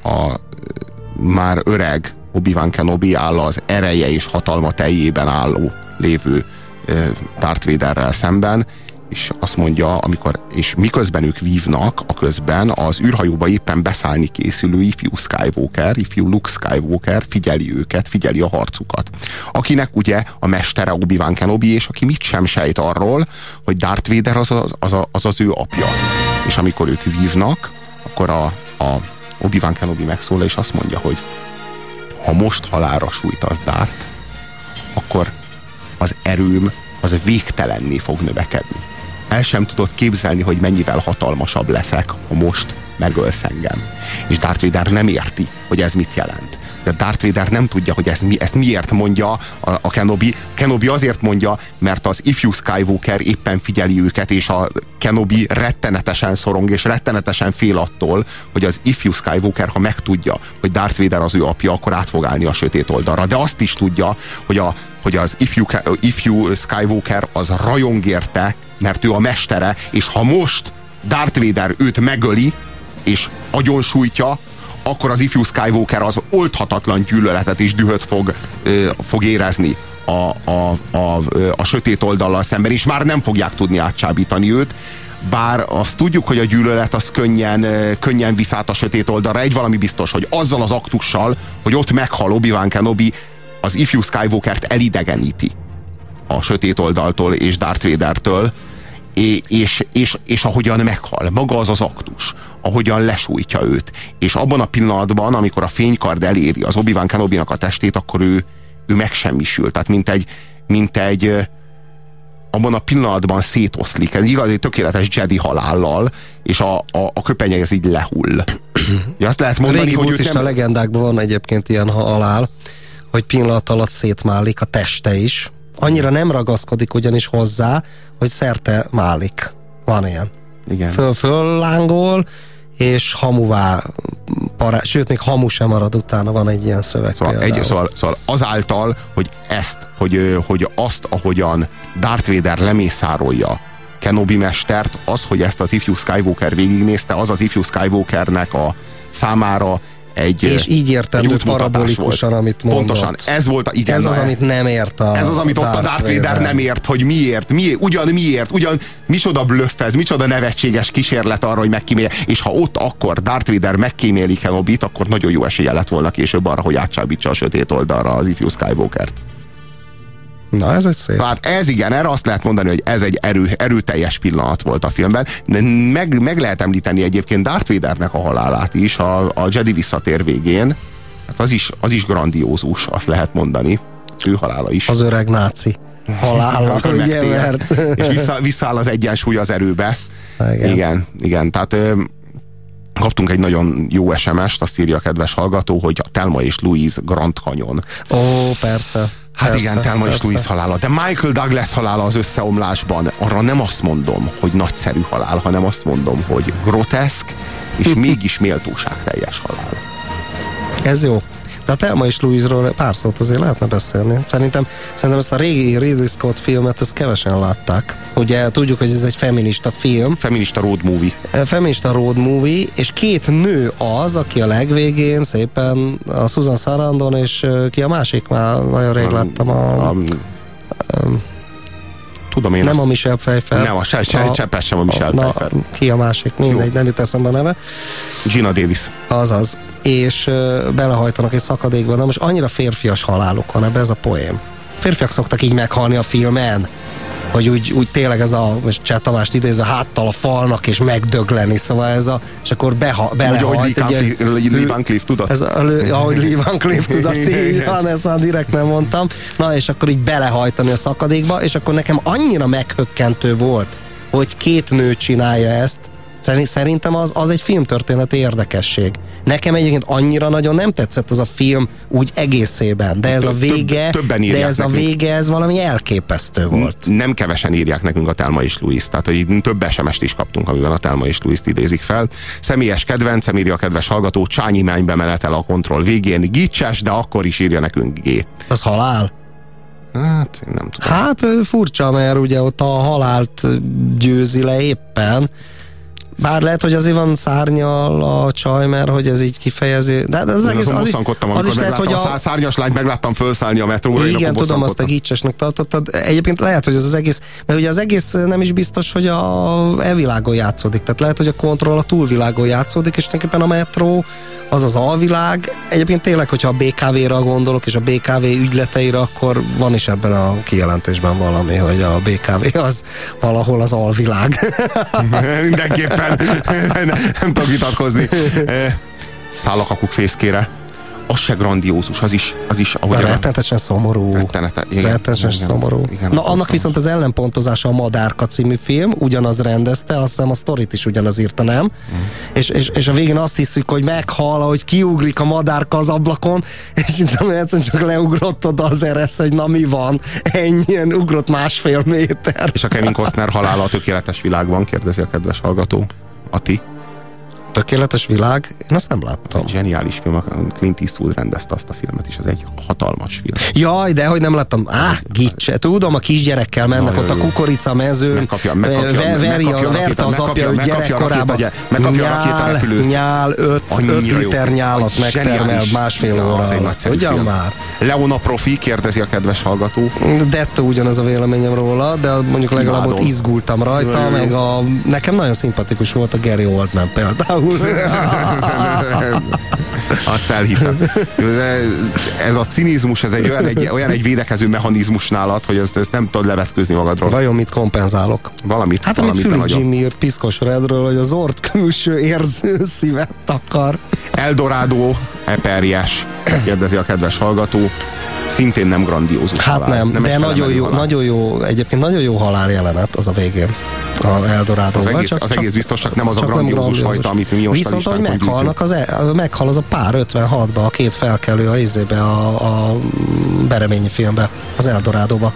már öreg Obi-Wan Kenobi áll az ereje és hatalma teljében lévő Darth Vaderrel szemben, és azt mondja, és miközben ők vívnak, a közben az űrhajóba éppen beszállni készülő ifjú Luke Skywalker figyeli őket, figyeli a harcukat. Akinek ugye a mestere Obi-Wan Kenobi, és aki mit sem sejt arról, hogy Darth Vader az ő apja. És amikor ők vívnak, akkor a Obi-Wan Kenobi megszólal, és azt mondja, hogy ha most halálra sújtasz Darth, akkor az erőm az végtelenné fog növekedni. El sem tudod képzelni, hogy mennyivel hatalmasabb leszek, ha most megölsz engem. És Darth Vader nem érti, hogy ez mit jelent. De Darth Vader nem tudja, hogy ezt miért mondja a Kenobi. Kenobi azért mondja, mert az ifjú Skywalker éppen figyeli őket, és a Kenobi rettenetesen szorong, és rettenetesen fél attól, hogy az ifjú Skywalker, ha megtudja, hogy Darth Vader az ő apja, akkor át fog állni a sötét oldalra. De azt is tudja, hogy az ifjú Skywalker az rajong érte, mert ő a mestere, és ha most Darth Vader őt megöli, és agyonsújtja, akkor az ifjú Skywalker az oldhatatlan gyűlöletet és dühöt fog érezni a sötét oldallal szemben, és már nem fogják tudni átcsábítani őt, bár azt tudjuk, hogy a gyűlölet az könnyen visz át a sötét oldalra. Egy valami biztos, hogy azzal az aktussal, hogy ott meghal Obi-Wan Kenobi, az ifjú Skywalkert elidegeníti a sötét oldaltól és Darth Vadertől, és ahogyan meghal, maga az az aktus, ahogyan lesújtja őt, és abban a pillanatban, amikor a fénykard eléri az Obi-Wan Kenobinak a testét, akkor ő megsemmisül, tehát mint egy abban a pillanatban szétoszlik, ez igazi tökéletes Jedi halállal, és a köpenye ez így lehull. Azt lehet mondani, régi hogy buddhista legendákban van egyébként ilyen halál, hogy pillanat alatt szétmálik a teste is. Annyira nem ragaszkodik ugyanis hozzá, hogy szerte málik. Van ilyen. Igen. Föllángol, és hamuvá, sőt, még hamu sem marad utána, van egy ilyen szöveg. Szóval azáltal, hogy azt, ahogyan Darth Vader lemészárolja Kenobi mestert, az, hogy ezt az ifjú Skywalker végignézte, az ifjú Skywalkernek a számára és így értendő parabolikusan, amit mondott. Pontosan, ez volt ez az, amit nem ért ez az, amit ott a Darth Vader nem ért, hogy miért, micsoda blöff ez, micsoda nevetséges kísérlet arra, hogy megkímélje. És ha ott akkor Darth Vader megkíméli Kenobit, akkor nagyon jó esélye lett volna később arra, hogy átcsábítsa a sötét oldalra az ifjú Skywalkert. Na, ez egy szép. Tehát ez igen, erre azt lehet mondani, hogy ez egy erőteljes pillanat volt a filmben. De meg lehet említeni egyébként Darth Vadernek a halálát is a Jedi visszatér végén. Hát az is grandiózus, azt lehet mondani. Ő halála is. Az öreg náci halála, ugye, mert... És visszaáll az egyensúly az erőbe. Igen. Tehát kaptunk egy nagyon jó SMS-t, azt írja a kedves hallgató, hogy a Thelma és Louise Grand Canyon. Ó, persze. Hát persze, igen, Thelma és Louise halála. De Michael Douglas halála az összeomlásban, arra nem azt mondom, hogy nagyszerű halál, hanem azt mondom, hogy groteszk, és mégis méltóságteljes halál. Ez jó. De a Thelma és Louise-ról pár szót azért lehetne beszélni. Szerintem ezt a régi Ridley Scott filmet ezt kevesen látták. Ugye tudjuk, hogy ez egy feminista film. Feminista road movie. Feminista road movie, és két nő az, aki a legvégén szépen a Susan Sarandon, és ki a másik, már nagyon rég láttam tudom én nem azt... a Michelle Pfeiffer. Nem, cseppet sem a Michelle Pfeiffer. Ki a másik? Mindegy, nem jut eszembe a neve. Gina Davis. Azaz. És belehajtanak egy szakadékba, de most annyira férfias haláluk van ebbe, ez a poém. Férfiak szoktak így meghalni a filmen, hogy úgy tényleg ez a, most Cseh Tamást idézve, háttal a falnak és megdögleni, szóval ez a, és akkor belehalt. Ahogy Lee Van Cleef tudott. Ahogy Lee Van Cleef tudott, így van, ezt már direkt nem mondtam. Na, és akkor így belehajtani a szakadékba, és akkor nekem annyira meghökkentő volt, hogy két nő csinálja ezt Szerintem az egy filmtörténeti érdekesség. Nekem egyébként annyira nagyon nem tetszett ez a film úgy egészében, de ez a vége, ez valami elképesztő volt. Nem kevesen írják nekünk a Thelma és Louise, tehát hogy több SMS-t is kaptunk, amiben a Thelma és Louise-t idézik fel. Személyes kedvencem, írja a kedves hallgató, Csányi mennybe menetel a kontroll végén, gicses, de akkor is írja nekünk G. Az halál? Hát, nem tudom. Hát furcsa, mert ugye ott a halált győzi le éppen. Bár lehet, hogy azért van szárnyal a csaj, mert hogy ez így kifejezi. De az egész, az is lehet, hogy a szárnyas lányt megláttam felszállni a metróra. Igen, tudom, azt a gicsesnek tartottad. Egyébként lehet, hogy ez az egész, mert ugye az egész nem is biztos, hogy a e-világon játszódik. Tehát lehet, hogy a kontroll a túlvilágon játszódik, és tulajdonképpen a metró az az alvilág. Egyébként tényleg, hogyha a BKV-ra gondolok, és a BKV ügyleteire, akkor van is ebben a kijelentésben valami, hogy a BKV az valahol az alvilág. Mindenképpen. Nem tudok vitatkozni. Szállakakuk fészkére. Az se grandiózus, az is ahogy rettenetesen szomorú. Rettenetesen szomorú. Na, annak viszont az ellenpontozása a Madárka című film, ugyanaz rendezte, azt hiszem a sztorit is ugyanaz írta, nem? És a végén azt hiszük, hogy meghal, ahogy kiugrik a madárka az ablakon, és itt egyszerűen csak leugrott oda az eresz, hogy na mi van? Ennyien ugrott 1,5 méter. És a Kevin Costner halála a tökéletes világban, kérdezi a kedves hallgató. Ati? Tökéletes világ? Én azt nem láttam. Egy zseniális film, Clint Eastwood rendezte azt a filmet, és ez egy hatalmas film. Jaj, de hogy nem láttam. Gicse. Tudom, a kisgyerekkel mennek ott a kukorica mezőn, verte az apja, hogy gyerekkorában nyál 5 liter nyálat megtermel 1,5 óra alatt. Ugyan már? Leona Profi, kérdezi a kedves hallgató. Dettó ugyanaz a véleményem róla, de mondjuk legalább ott izgultam rajta, meg nekem nagyon szimpatikus volt a Gary Oldman például. Azt elhiszem. Ez a cinizmus, ez olyan egy védekező mechanizmus nálad, hogy ezt nem tudod levetkőzni magadról. Vajon mit kompenzálok? Valamit. Hát amit Füli Jimmy írt Piszkos Fredről, hogy az Zord külső érző szívet takar. Eldorado Eperjes, kérdezi a kedves hallgató. Szintén nem grandiózus hát halál. Nem de nagyon jó, egyébként nagyon jó haláljálenet az a végén. A Eldorádóval. Az egész biztos, csak nem az a grandiózus fajta, amit mi most viszont, hogy meghal az a pár 56-ba, a két felkelő a Bereményi filmbe, az Eldorádóba.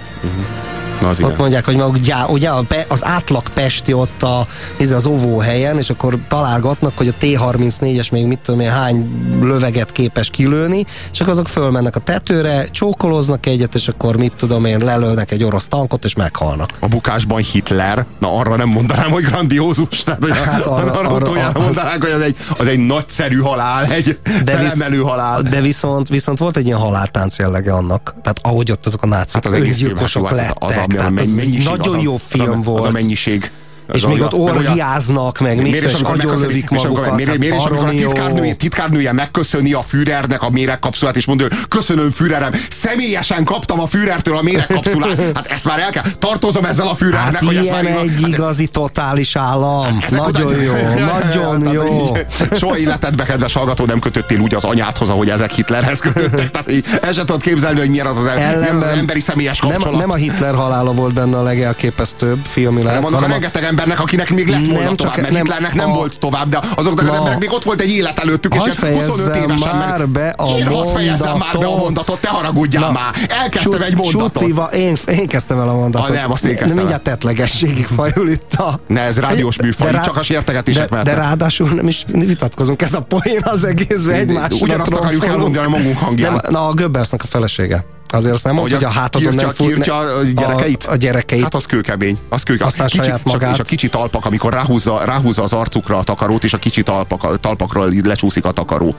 Ott mondják, hogy ugye az átlag pesti ott az óvóhelyen, és akkor találgatnak, hogy a T-34-es még mit tudom én, hány löveget képes kilőni, és akkor azok fölmennek a tetőre, csókoloznak egyet, és akkor mit tudom én, lelőnek egy orosz tankot, és meghalnak. A bukásban Hitler, na arra nem mondanám, hogy grandiózus, tehát hogy hát arra mondanánk, hogy az egy nagyszerű halál, egy felemelő halál. De viszont volt egy ilyen haláltánc jellege annak, tehát ahogy ott azok a nácik öngyilkosok lettek. Nagyon jó film volt. Az a mennyiség. És még ott orgiáznak meg, és agyonlövik magukat. Miért is, amikor a titkárnője megköszöni a Führernek a méregkapszulát, és mondja, hogy köszönöm Führerem, személyesen kaptam a Führertől a méregkapszulát. Hát ezt már el kell, tartozom ezzel a Führernek. Hát hogy ilyen egy igazi totális állam. Nagyon jó, nagyon jó. Soha életedbe, kedves hallgató, nem kötöttél úgy az anyádhoz, ahogy ezek Hitlerhez kötöttek. Tehát el sem tudod képzelni, hogy milyen az emberi személyes kapcsolat. Nem a Hitler halála volt benne a legelképesztőbb filmileg, hanem rengeteg embernek, akinek még lett volna tovább, mert Hitlernek nem volt tovább, de azoknak az emberek még ott volt egy élet előttük, és 25 évesen meg. Hadd fejezzem már be a mondatot, te haragudjál már. Elkezdtem egy mondatot. Én kezdtem el a mondatot. Nem, azt én kezdtem. Mindjárt tetlegességig fajul itt a... Ne, ez rádiós műfaj, csak a sértegetések mehetnek. De ráadásul nem is vitatkozunk, ez a poén az egészben egymásra. Ugyanazt akarjuk elmondani a magunk hangján. Na, a Goebbelsnek a felesége. Azért azt nem mondja, hogy a hátadon nem kírtja a gyerekeit? A gyerekeit. Hát az kőkemény. Aztán saját magát. És a kicsi talpak, amikor ráhúzza az arcukra a takarót, és a kicsi talpakról lecsúszik a takaró.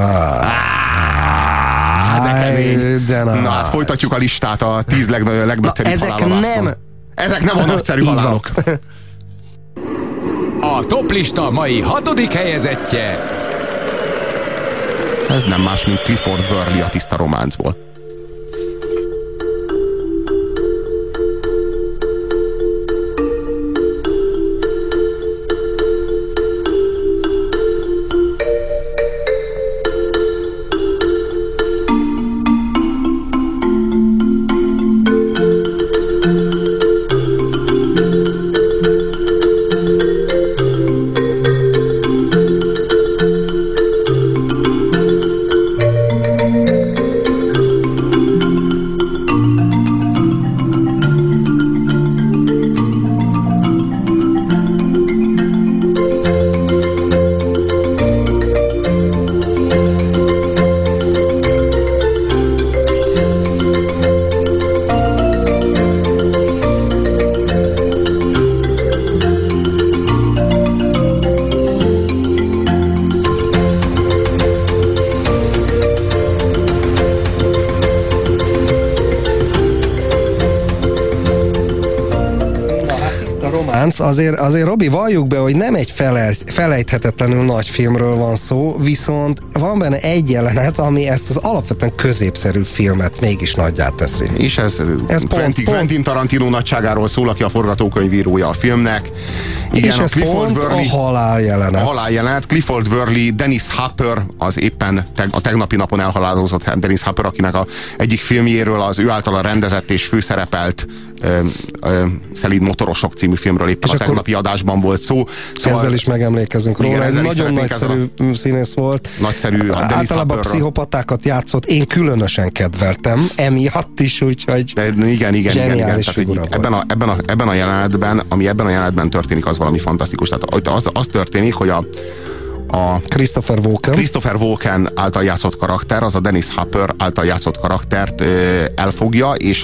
De kemény. Na hát folytatjuk a listát, a 10 legnagyszerűbb halála. Ezek nem a nagyszerű halálok. A toplista mai 6. helyezettje. Ez nem más, mint Clifford Worley a Tiszta románcból. tánc. Azért Robi, valljuk be, hogy nem egy felejthetetlenül nagy filmről van szó, viszont van benne egy jelenet, ami ezt az alapvetően középszerű filmet mégis nagyjá teszi. És ez Quentin Tarantino nagyságáról szól, aki a forgatókönyvírója a filmnek. Igen, és ez pont a haláljelenet. A haláljelenet. Clifford Worley, Dennis Hopper, az éppen a tegnapi napon elhalálozott Dennis Hopper, akinek egyik filmjéről, az ő általa rendezett és főszerepelt Szelíd motorosok című filmről éppen a tegnapi adásban volt szó. Szóval ezzel is megemlékezünk róla. Ez nagyon nagyszerű színész volt. Nagyszerű. Általában pszichopatákat játszott. Én különösen kedveltem, emiatt is, úgyhogy zseniális figura volt. Ebben a jelenetben, ami ebben a jelenetben történik, az valami fantasztikus. Tehát az történik, hogy a Christopher Walken által játszott karakter, az a Dennis Hopper által játszott karaktert elfogja, és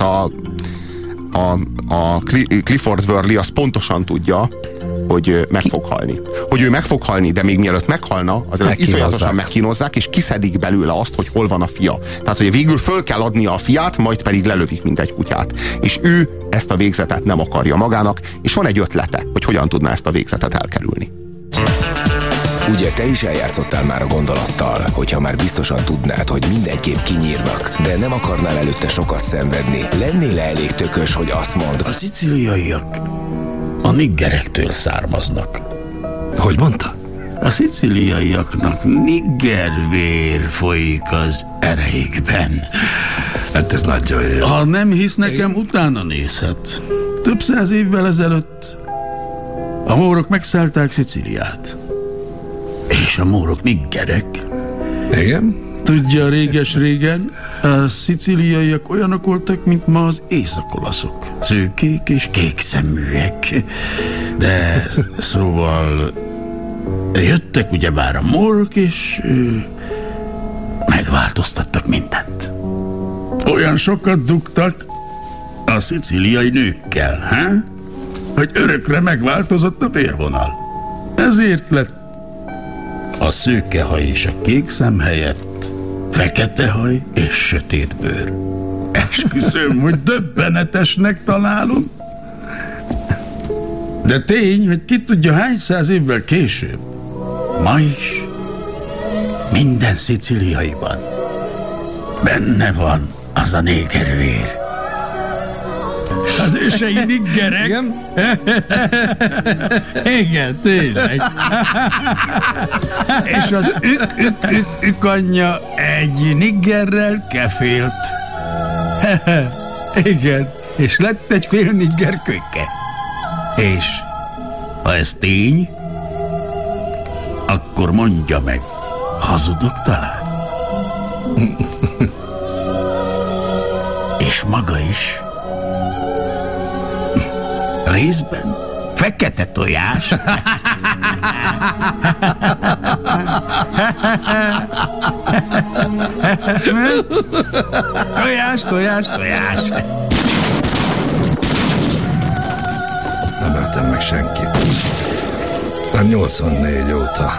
a Clifford Worley az pontosan tudja, hogy meg fog halni. Hogy ő meg fog halni, de még mielőtt meghalna, azért iszonyatosan megkínozzák, és kiszedik belőle azt, hogy hol van a fia. Tehát, hogy végül föl kell adnia a fiát, majd pedig lelövik, mint egy kutyát. És ő ezt a végzetet nem akarja magának, és van egy ötlete, hogy hogyan tudná ezt a végzetet elkerülni. Ugye te is eljátszottál már a gondolattal, hogyha már biztosan tudnád, hogy mindenképp kinyírnak, de nem akarnál előtte sokat szenvedni. Lennél-e elég tökös, hogy azt mondd? A szicíliaiak a niggerektől származnak. Hogy mondta? A szicíliaiaknak niggervér folyik az ereikben. Hát ez nagyon jó. Ha nem hisz nekem, utána nézhet. Több száz évvel ezelőtt a mórok megszállták Szicíliát. És a mórok niggerek. Igen? Tudja, réges-régen a szicíliaiak olyanok voltak, mint ma az északolaszok. Szőkék és kékszeműek. De szóval jöttek ugyebár a mórok, és megváltoztattak mindent. Olyan sokat dugtak a szicíliai nőkkel, hogy örökre megváltozott a vérvonal. Ezért lett a szőkehaj és a kékszem helyett fekete haj és sötét bőr. Esküszöm, hogy döbbenetesnek találom. De tény, hogy ki tudja hány száz évvel később, ma is minden szicíliaiban benne van az a négervér. Az ősei niggerek. Igen? Igen, tényleg. És az ük anyja egy niggerrel kefélt. Igen, és lett egy fél nigger kölyke. És ha ez tény, akkor mondja meg, hazudok talán? És maga is részben fekete tojás. Tojás. Nem öltem meg senkit. Már 84 óta.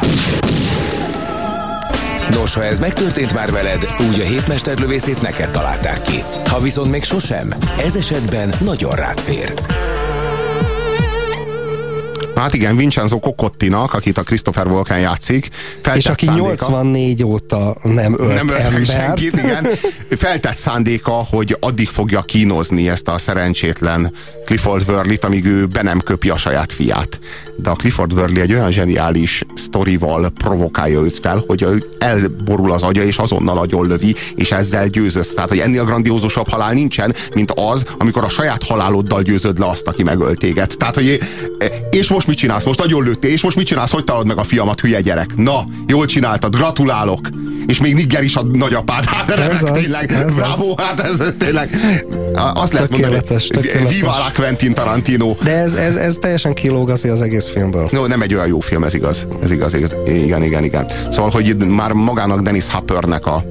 Nos, ha ez megtörtént már veled, úgy a hétmesterlövészét neked találták ki. Ha viszont még sosem, ez esetben nagyon rád fér. Hát igen, Vincenzo Coccottinak, akit a Christopher Walken játszik, és aki szándéka, 84 óta nem ölt senkit, igen, feltett szándéka, hogy addig fogja kínozni ezt a szerencsétlen Clifford Worley-t, amíg ő be nem köpi a saját fiát. De a Clifford Worley egy olyan zseniális sztorival provokálja őt fel, hogy elborul az agya, és azonnal agyonlövi, és ezzel győzött. Tehát, hogy ennél grandiózusabb halál nincsen, mint az, amikor a saját haláloddal győzöd le azt, aki megölt téged. Tehát, hogy és most mit csinálsz? Most agyonlőttél, és most mit csinálsz? Hogy találod meg a fiamat, hülye gyerek? Na, jól csináltad, gratulálok! És még nigger is a nagyapád. Hát tényleg, bravo, hát ez tényleg. Azt lehet mondani, viva la Quentin Tarantino. De ez teljesen kilóg az egész filmből. No, nem egy olyan jó film, ez igaz. Igen. Szóval, hogy már magának Dennis Hoppernek a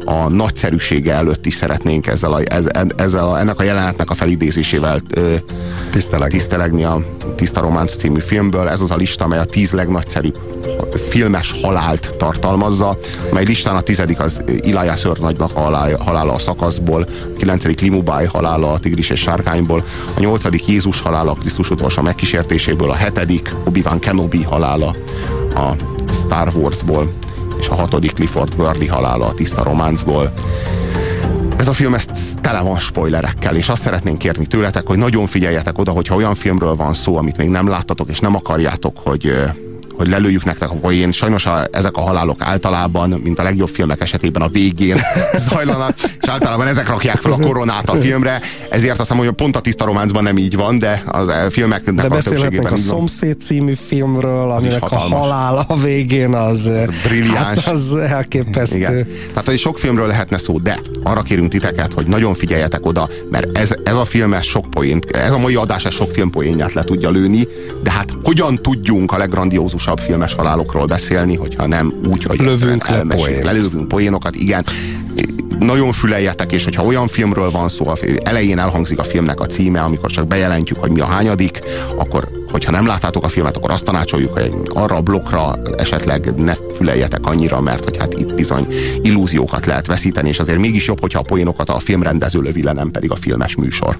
a nagyszerűsége előtt is szeretnénk ennek a jelenetnek a felidézésével tisztelegni a Tiszta Románc című filmből. Ez az a lista, amely a 10 legnagyszerűbb filmes halált tartalmazza, mely listán a 10. az Elijah őrnagynak halála a Szakaszból, a 9. Limubáj halála a Tigris és Sárkányból, a 8. Jézus halála a Krisztus utolsó megkísértéséből, a 7. Obi-Wan Kenobi halála a Star Warsból, és a 6. Clifford Worley halála a Tiszta Románcból. Ez a film tele van spoilerekkel, és azt szeretnénk kérni tőletek, hogy nagyon figyeljetek oda, hogyha olyan filmről van szó, amit még nem láttatok, és nem akarjátok, hogy lelőjük nektek a poén. Sajnos ezek a halálok általában, mint a legjobb filmek esetében a végén zajlanak, és általában ezek rakják fel a koronát a filmre, ezért azt mondom, hogy pont a Tiszta Románcban nem így van, de a filmeknek a többségében a Szomszéd című filmről, aminek a halál a végén az brilliáns. Hát az elképesztő. Igen. Tehát, hogy sok filmről lehetne szó, de arra kérünk titeket, hogy nagyon figyeljetek oda, mert ez a film, ez a mai adás sok filmpoénját le tudja lőni, de hát hogyan tudjunk a leggrandiózusabb filmes halálokról beszélni, hogyha nem úgy, hogy lelövünk poénokat, igen. Nagyon füleljetek, és hogyha olyan filmről van szó, elején elhangzik a filmnek a címe, amikor csak bejelentjük, hogy mi a hányadik, akkor, hogyha nem láttátok a filmet, akkor azt tanácsoljuk, hogy arra a blokkra esetleg ne füleljetek annyira, mert hogy hát itt bizony illúziókat lehet veszíteni, és azért mégis jobb, hogyha a poénokat a filmrendező lövi le, nem pedig a filmes műsor.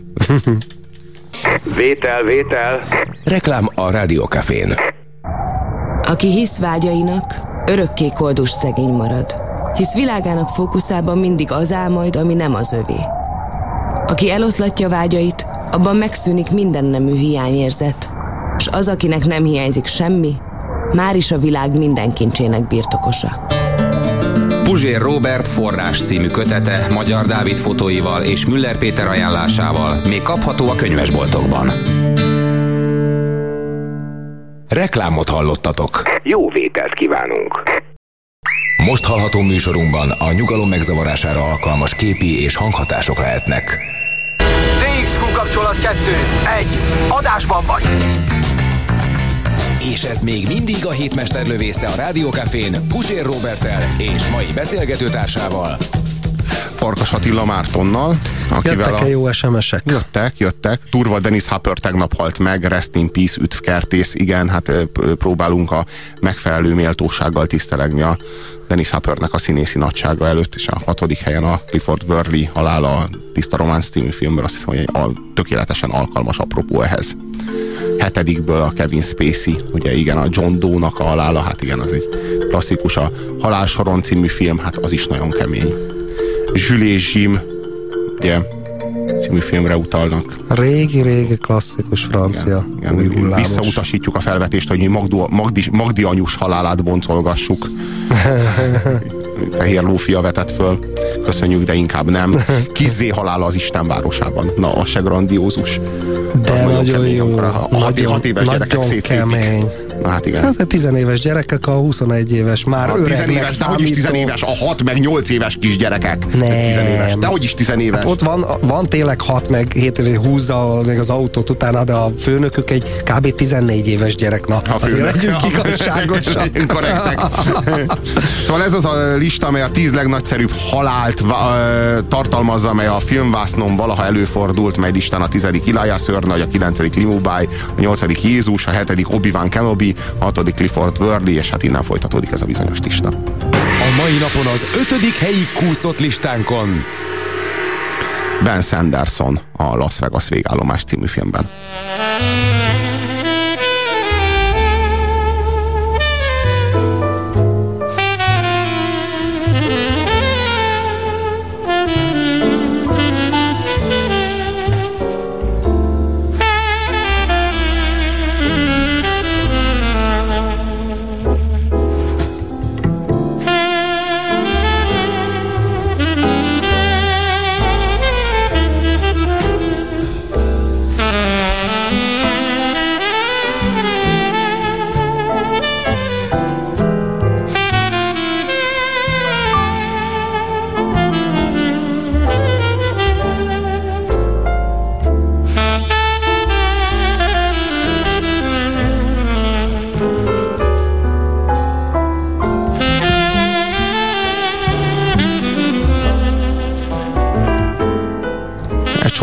Vétel. Reklám a Rádiókafén. Aki hisz vágyainak, örökké koldus szegény marad. Hisz világának fókuszában mindig az áll majd, ami nem az övé. Aki eloszlatja vágyait, abban megszűnik minden nemű hiányérzet, s az, akinek nem hiányzik semmi, máris a világ minden kincsének birtokosa. Puzsér Róbert forrás című kötete Magyar Dávid fotóival és Müller Péter ajánlásával még kapható a könyvesboltokban. Reklámot hallottatok. Jó vételt kívánunk. Most hallható műsorunkban a nyugalom megzavarására alkalmas képi és hanghatások lehetnek. DXQ kapcsolat 2. 1. Adásban vagy. És ez még mindig a hétmesterlövésze a Rádiókafén Puzsér Róberttel és mai beszélgetőtársával, Farkas Attila Mártonnal, akivel jöttek-e jó SMS-ek? Jöttek. Durva Dennis Hopper tegnap halt meg, rest in peace, üdv kertész. Igen, hát próbálunk a megfelelő méltósággal tisztelegni a Dennis Hoppernek a színészi nagysága előtt, és a 6. helyen a Clifford Worley halála a Tiszta Románc című filmből, azt hiszem, hogy tökéletesen alkalmas apropó ehhez. 7. a Kevin Spacey, ugye igen, a John Doe-nak a halála, hát igen, az egy klasszikus, a Halálsoron című film, hát az is nagyon kemény. Jules és Jim, ugye, című filmre utalnak. Régi klasszikus francia. Igen, visszautasítjuk a felvetést, hogy mi Magdi anyus halálát boncolgassuk. Fehér Lófia vetett föl. Köszönjük, de inkább nem. Kizzé halála az Isten városában. Na, az se grandiózus. De nagyon jó. A 6 éves gyerekek szétlépik. Na hát igen. Hát a 10 éves gyerekek, a 21 éves már öregnek számító. Dehogy is 10 éves, a 6 meg 8 éves kisgyerekek. Nem. 10 éves. Dehogy is 10 éves. Hát ott van tényleg 6 meg 7 éves, húzza még az autót utána, de a főnökük egy kb. 14 éves gyerek. Na, azért legyünk igazságosak. Korrektek. Szóval ez az a lista, amely a 10 legnagyszerűbb halált tartalmazza, amely a filmvásznon valaha előfordult, mely listán a 10. Elijah őrnagy, a 9. Limubáj, a 8. Jézus, a 7. Obi-Wan Kenobi, a 6. Clifford Worley, és hát innen folytatódik ez a bizonyos lista. A mai napon az 5. helyi kúszott listánkon Ben Sanderson a Las Vegas végállomás című filmben.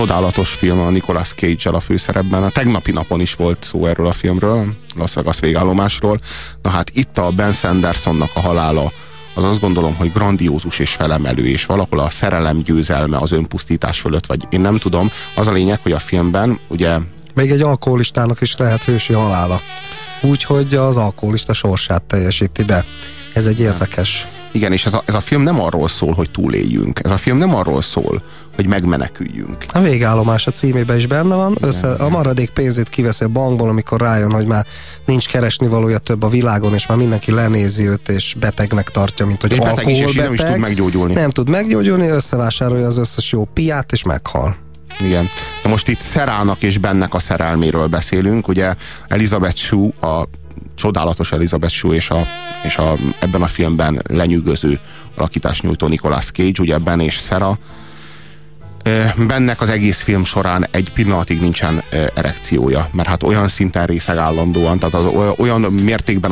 csodálatos film a Nicolas Cage-el a főszerepben. A tegnapi napon is volt szó erről a filmről, Las Vegas végállomásról. Na hát itt a Ben Sandersonnak a halála, az azt gondolom, hogy grandiózus és felemelő, és valahol a szerelem győzelme az önpusztítás fölött, vagy én nem tudom. Az a lényeg, hogy a filmben ugye... Még egy alkoholistának is lehet hősi halála. Úgyhogy az alkoholista sorsát teljesíti be. Ez egy érdekes... Igen, és ez a film nem arról szól, hogy túléljünk. Ez a film nem arról szól, hogy megmeneküljünk. A végállomás a címében is benne van. A maradék pénzét kiveszi a bankból, amikor rájön, hogy már nincs keresnivalója több a világon, és már mindenki lenézi őt, és betegnek tartja, mint hogy alkoholbeteg. Nem is tud meggyógyulni. Nem tud meggyógyulni, összevásárolja az összes jó piát, és meghal. Igen. De most itt Sarahnak és Bennek a szerelméről beszélünk. Ugye Elizabeth Shue, a csodálatos Elizabeth Shue és ebben a filmben lenyűgöző alakítást nyújtó Nicolas Cage, ugye Ben és Sarah. Bennek az egész film során egy pillanatig nincsen erekciója, mert hát olyan szinten részeg állandóan, tehát olyan mértékben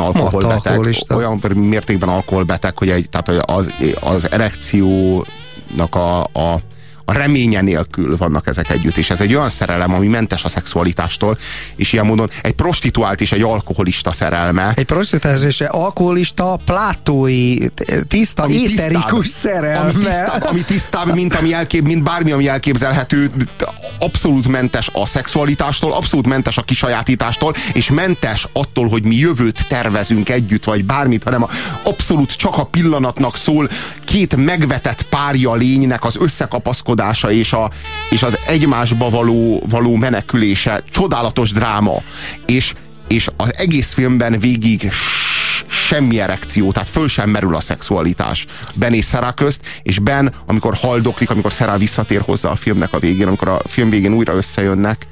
alkoholbeteg, hogy tehát az erekciónak a reménye nélkül vannak ezek együtt, és ez egy olyan szerelem, ami mentes a szexualitástól, és ilyen módon egy prostituált és egy alkoholista szerelme. Egy prostituált és egy alkoholista plátói, tiszta, éterikus szerelme. Ami tisztább, mint bármi, ami elképzelhető, abszolút mentes a szexualitástól, abszolút mentes a kisajátítástól, és mentes attól, hogy mi jövőt tervezünk együtt, vagy bármit, hanem abszolút csak a pillanatnak szól, két megvetett párja lénynek az összekapaszkodása és az egymásba való menekülése, csodálatos dráma, és az egész filmben végig semmi erekció, tehát föl sem merül a szexualitás Ben és Sarah közt, és Ben, amikor haldoklik, amikor Sarah visszatér hozzá a filmnek a végén, amikor a film végén újra összejönnek,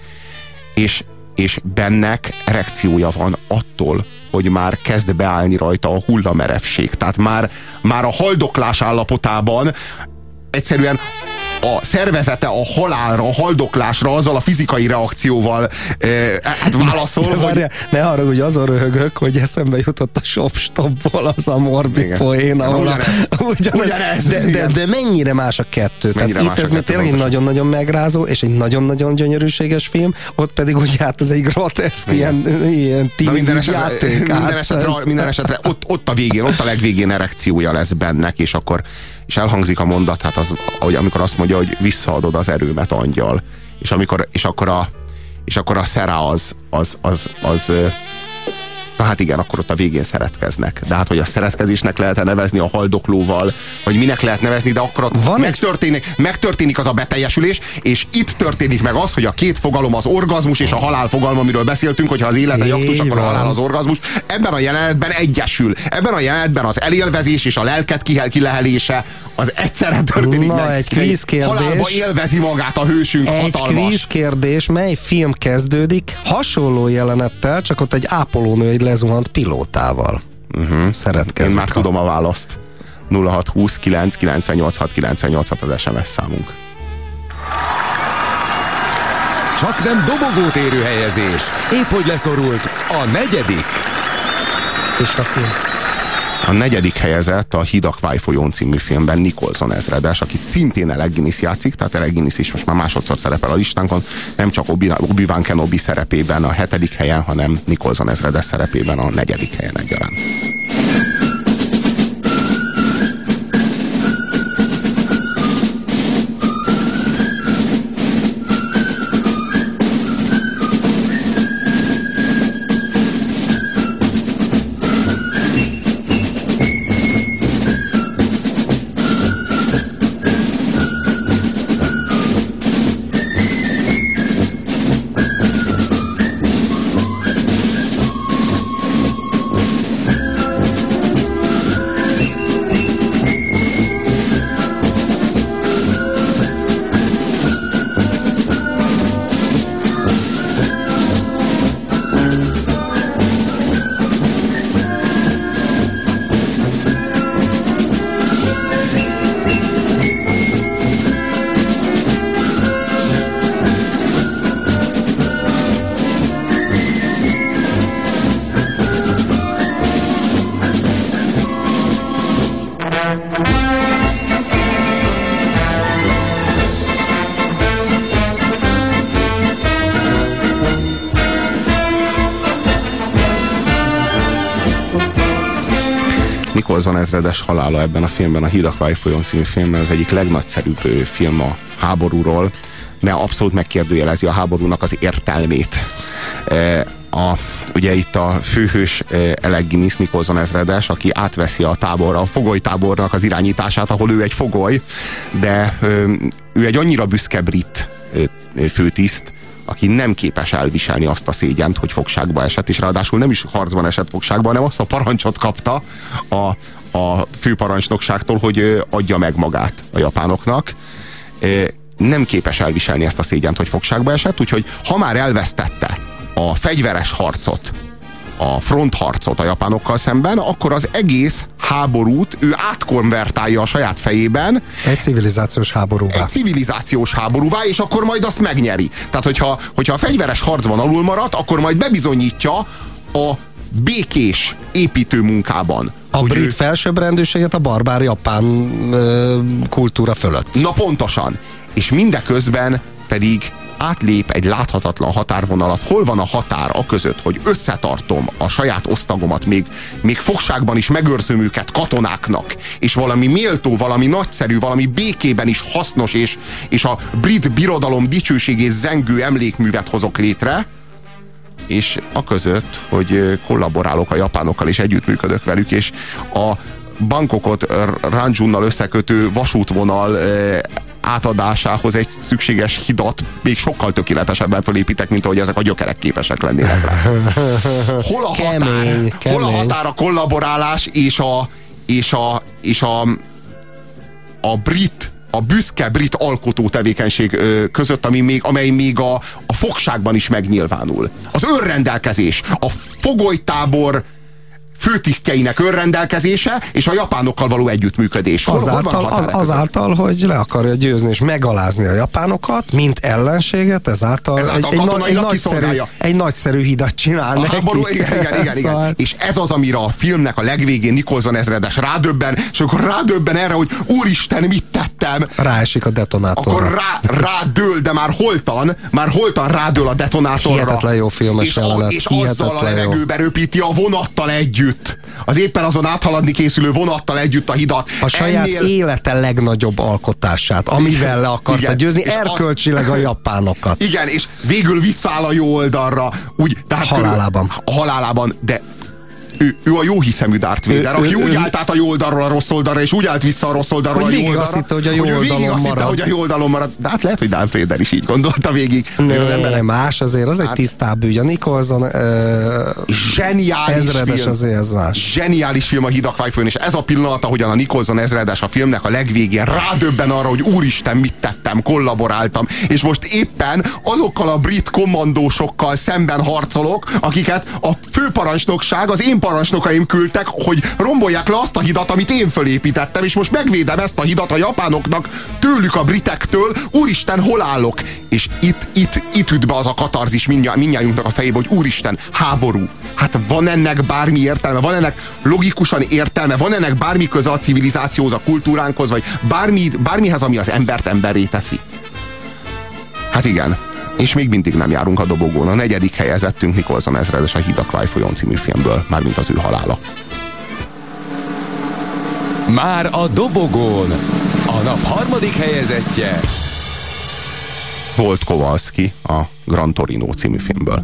és Bennek erekciója van attól, hogy már kezd beállni rajta a hullamerevség. Tehát már a haldoklás állapotában egyszerűen a szervezete a halálra, a haldoklásra azzal a fizikai reakcióval válaszol. Hogy... Ne haragudj, azon röhögök, hogy eszembe jutott a Shop-Stopból az a morbid poén, ahol ugyanez. De mennyire más a kettő. Tehát itt ez még tényleg egy nagyon-nagyon megrázó, és egy nagyon-nagyon gyönyörűséges film, ott pedig ugye hát ez egy groteszk, ilyen minden esetre ott a legvégén erekciója lesz Bennek, és elhangzik a mondat, hát amikor azt mondja, hogy visszaadod az erőmet, angyal. És akkor a Sarah az na hát igen, akkor ott a végén szeretkeznek. De hát, hogy a szeretkezésnek lehet nevezni a haldoklóval, vagy minek lehet nevezni, de akkor megtörténik az a beteljesülés, és itt történik meg az, hogy a két fogalom, az orgazmus és a halál fogalma, amiről beszéltünk, hogyha az élet egy aktus, akkor a halál az orgazmus. Ebben a jelenetben egyesül. Ebben a jelenetben az elélvezés és a lelket kilehelése az egyszerre történik meg. Egy kvízkérdés. Halálba élvezi magát a hősünk, hatalmas. Egy kvízkérdés, mely film kezdődik hasonló jelenettel, csak ott egy ápolónő egy lezuhant pilótával. Szeretkezik. Én már tudom a választ. 0620 998 698 az SMS számunk. Csak nem dobogót érő helyezés. Épp hogy leszorult a negyedik. És a film. A negyedik helyezett a Hidak Vájfolyón című filmben Nicholson ezredes, akit szintén Alec Guinness játszik, tehát Alec Guinness is most már másodszor szerepel a listánkon, nem csak Obi-Wan Kenobi szerepében a 7. helyen, hanem Nicholson ezredes szerepében a 4. helyen egyaránt. Nicholson ezredes halála ebben a filmben, a Híd a Kwai folyón című filmben az egyik legnagyszerűbb film a háborúról, de abszolút megkérdőjelezi a háborúnak az értelmét. Ugye itt a főhős Alec Guinness, Nicholson ezredes, aki átveszi a fogolytábornak az irányítását, ahol ő egy fogoly, de ő egy annyira büszke brit főtiszt, aki nem képes elviselni azt a szégyent, hogy fogságba esett, és ráadásul nem is harcban esett fogságba, hanem azt a parancsot kapta a főparancsnokságtól, hogy adja meg magát a japánoknak. Nem képes elviselni ezt a szégyent, hogy fogságba esett, úgyhogy ha már elvesztette a fegyveres harcot, a frontharcot a japánokkal szemben, akkor az egész háborút ő átkonvertálja a saját fejében egy civilizációs háborúvá, és akkor majd azt megnyeri. Tehát, hogyha a fegyveres harcban alul maradt, akkor majd bebizonyítja a békés építő munkában. A brit felsőbbrendűséget a barbár japán kultúra fölött. Na pontosan. És mindeközben pedig átlép egy láthatatlan határvonalat. Hol van a határ aközött, hogy összetartom a saját osztagomat, még fogságban is megőrzöm őket katonáknak, és valami méltó, valami nagyszerű, valami békében is hasznos, és a brit birodalom dicsőségét zengő emlékművet hozok létre, és aközött, hogy kollaborálok a japánokkal, és együttműködök velük, és a Bangkokot Ranjunnal összekötő vasútvonal átadásához egy szükséges hidat még sokkal tökéletesebben fölépítek, mint ahogy ezek a gyökerek képesek lennének rá. Hol a határ? Hol a határ a kollaborálás és a büszke brit alkotó tevékenység között, amely még a fogságban is megnyilvánul. Az önrendelkezés, a fogolytábor főtisztjeinek önrendelkezése és a japánokkal való együttműködés. Azáltal, hogy le akarja győzni és megalázni a japánokat, mint ellenséget, ezáltal egy nagyszerű hidat csinál neki. Igen. És ez az, amire a filmnek a legvégén Nicholson ezredes rádöbben, és akkor rádöbben erre, hogy úristen, mit tettem? Ráesik a detonátorra. Akkor rádől, de már holtan rádől a detonátorra. Hihetetlen jó filmes jelenet. És azzal a levegőbe röpíti a vonattal együtt. Az éppen azon áthaladni készülő vonattal együtt a hidat. A saját élete legnagyobb alkotását, amivel le akarta győzni erkölcsileg a japánokat. Igen, és végül visszaáll a jó oldalra. Tehát halálában, de ő a jó hiszemű Darth Vader, aki úgy állt át a jó oldalról a rossz oldalra, és úgy állt vissza a rossz oldalról a jó oldalra, hogy a jó oldalon marad. De hát lehet, hogy Darth Vader is így gondolta végig. Nem, más azért, az egy tisztább ügy. A Nicholson ezredes azért ez más. Zseniális film a Híd a Kwai folyón, és ez a pillanat, ahogyan a Nicholson ezredes a filmnek a legvégén rádöbben arra, hogy úristen, mit tettem, kollaboráltam, és most éppen azokkal a brit kommandósokkal szemben harcolok, akiket a főparancsnokság, az én parancsnokaim küldtek, hogy rombolják le azt a hidat, amit én fölépítettem, és most megvédem ezt a hidat a japánoknak, tőlük, a britektől, úristen, hol állok? És itt üt be az a katarzis mindnyájunknak a fejébe, hogy úristen, háború. Hát van ennek bármi értelme? Van ennek logikusan értelme? Van ennek bármi köze a civilizációhoz, a kultúránkhoz, vagy bármihez, ami az embert emberré teszi? Hát igen. És még mindig nem járunk a dobogón. A 4. helyezettünk Nicholson ezredes a Híd a Kwai folyón című filmből, mármint az ő halála. Már a dobogón a nap 3. helyezettje Volt Kowalski a Gran Torino című filmből.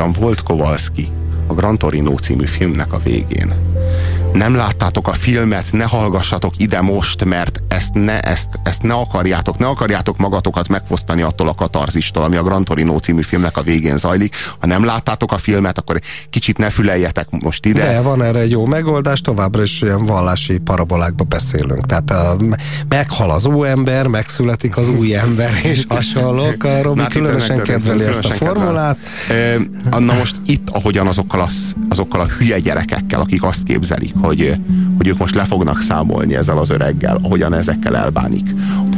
ahogyan volt Kowalski a Gran Torino című filmnek a végén. Nem láttátok a filmet, ne hallgassatok ide most, mert ezt ne akarjátok magatokat megfosztani attól a katarzistól, ami a Gran Torino című filmnek a végén zajlik. Ha nem láttátok a filmet, akkor kicsit ne füleljetek most ide. De van erre egy jó megoldás, továbbra is ilyen vallási parabolákba beszélünk. Tehát meghal az óember, megszületik az új ember, és hasonlók. A Robi különösen kedveli ezt a formulát. Na most itt, ahogyan azokkal a hülye gyerekekkel, akik azt képzelik, hogy ők most le fognak számolni ezzel az öreggel, ahogyan ezekkel elbánik.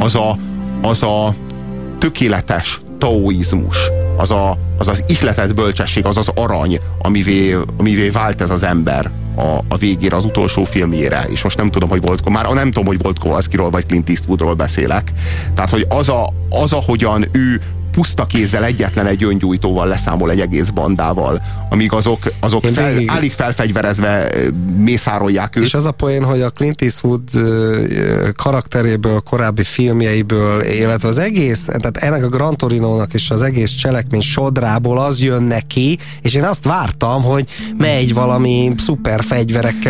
Az a tökéletes taoizmus, az ihletett bölcsesség, az az arany, amivé vált ez az ember a végére, az utolsó filmjére, és most nem tudom, hogy volt Kowalskiról vagy Clint Eastwoodról beszélek. Tehát, hogy az ahogyan ő puszta kézzel egyetlen egy öngyújtóval leszámol egy egész bandával, amíg azok állig felfegyverezve mészárolják őt. És az a poén, hogy a Clint Eastwood karakteréből, korábbi filmjeiből, illetve az egész, tehát ennek a Gran Torinónak és az egész cselekmény sodrából az jön neki, és én azt vártam, hogy megy valami szuper fegyverekkel,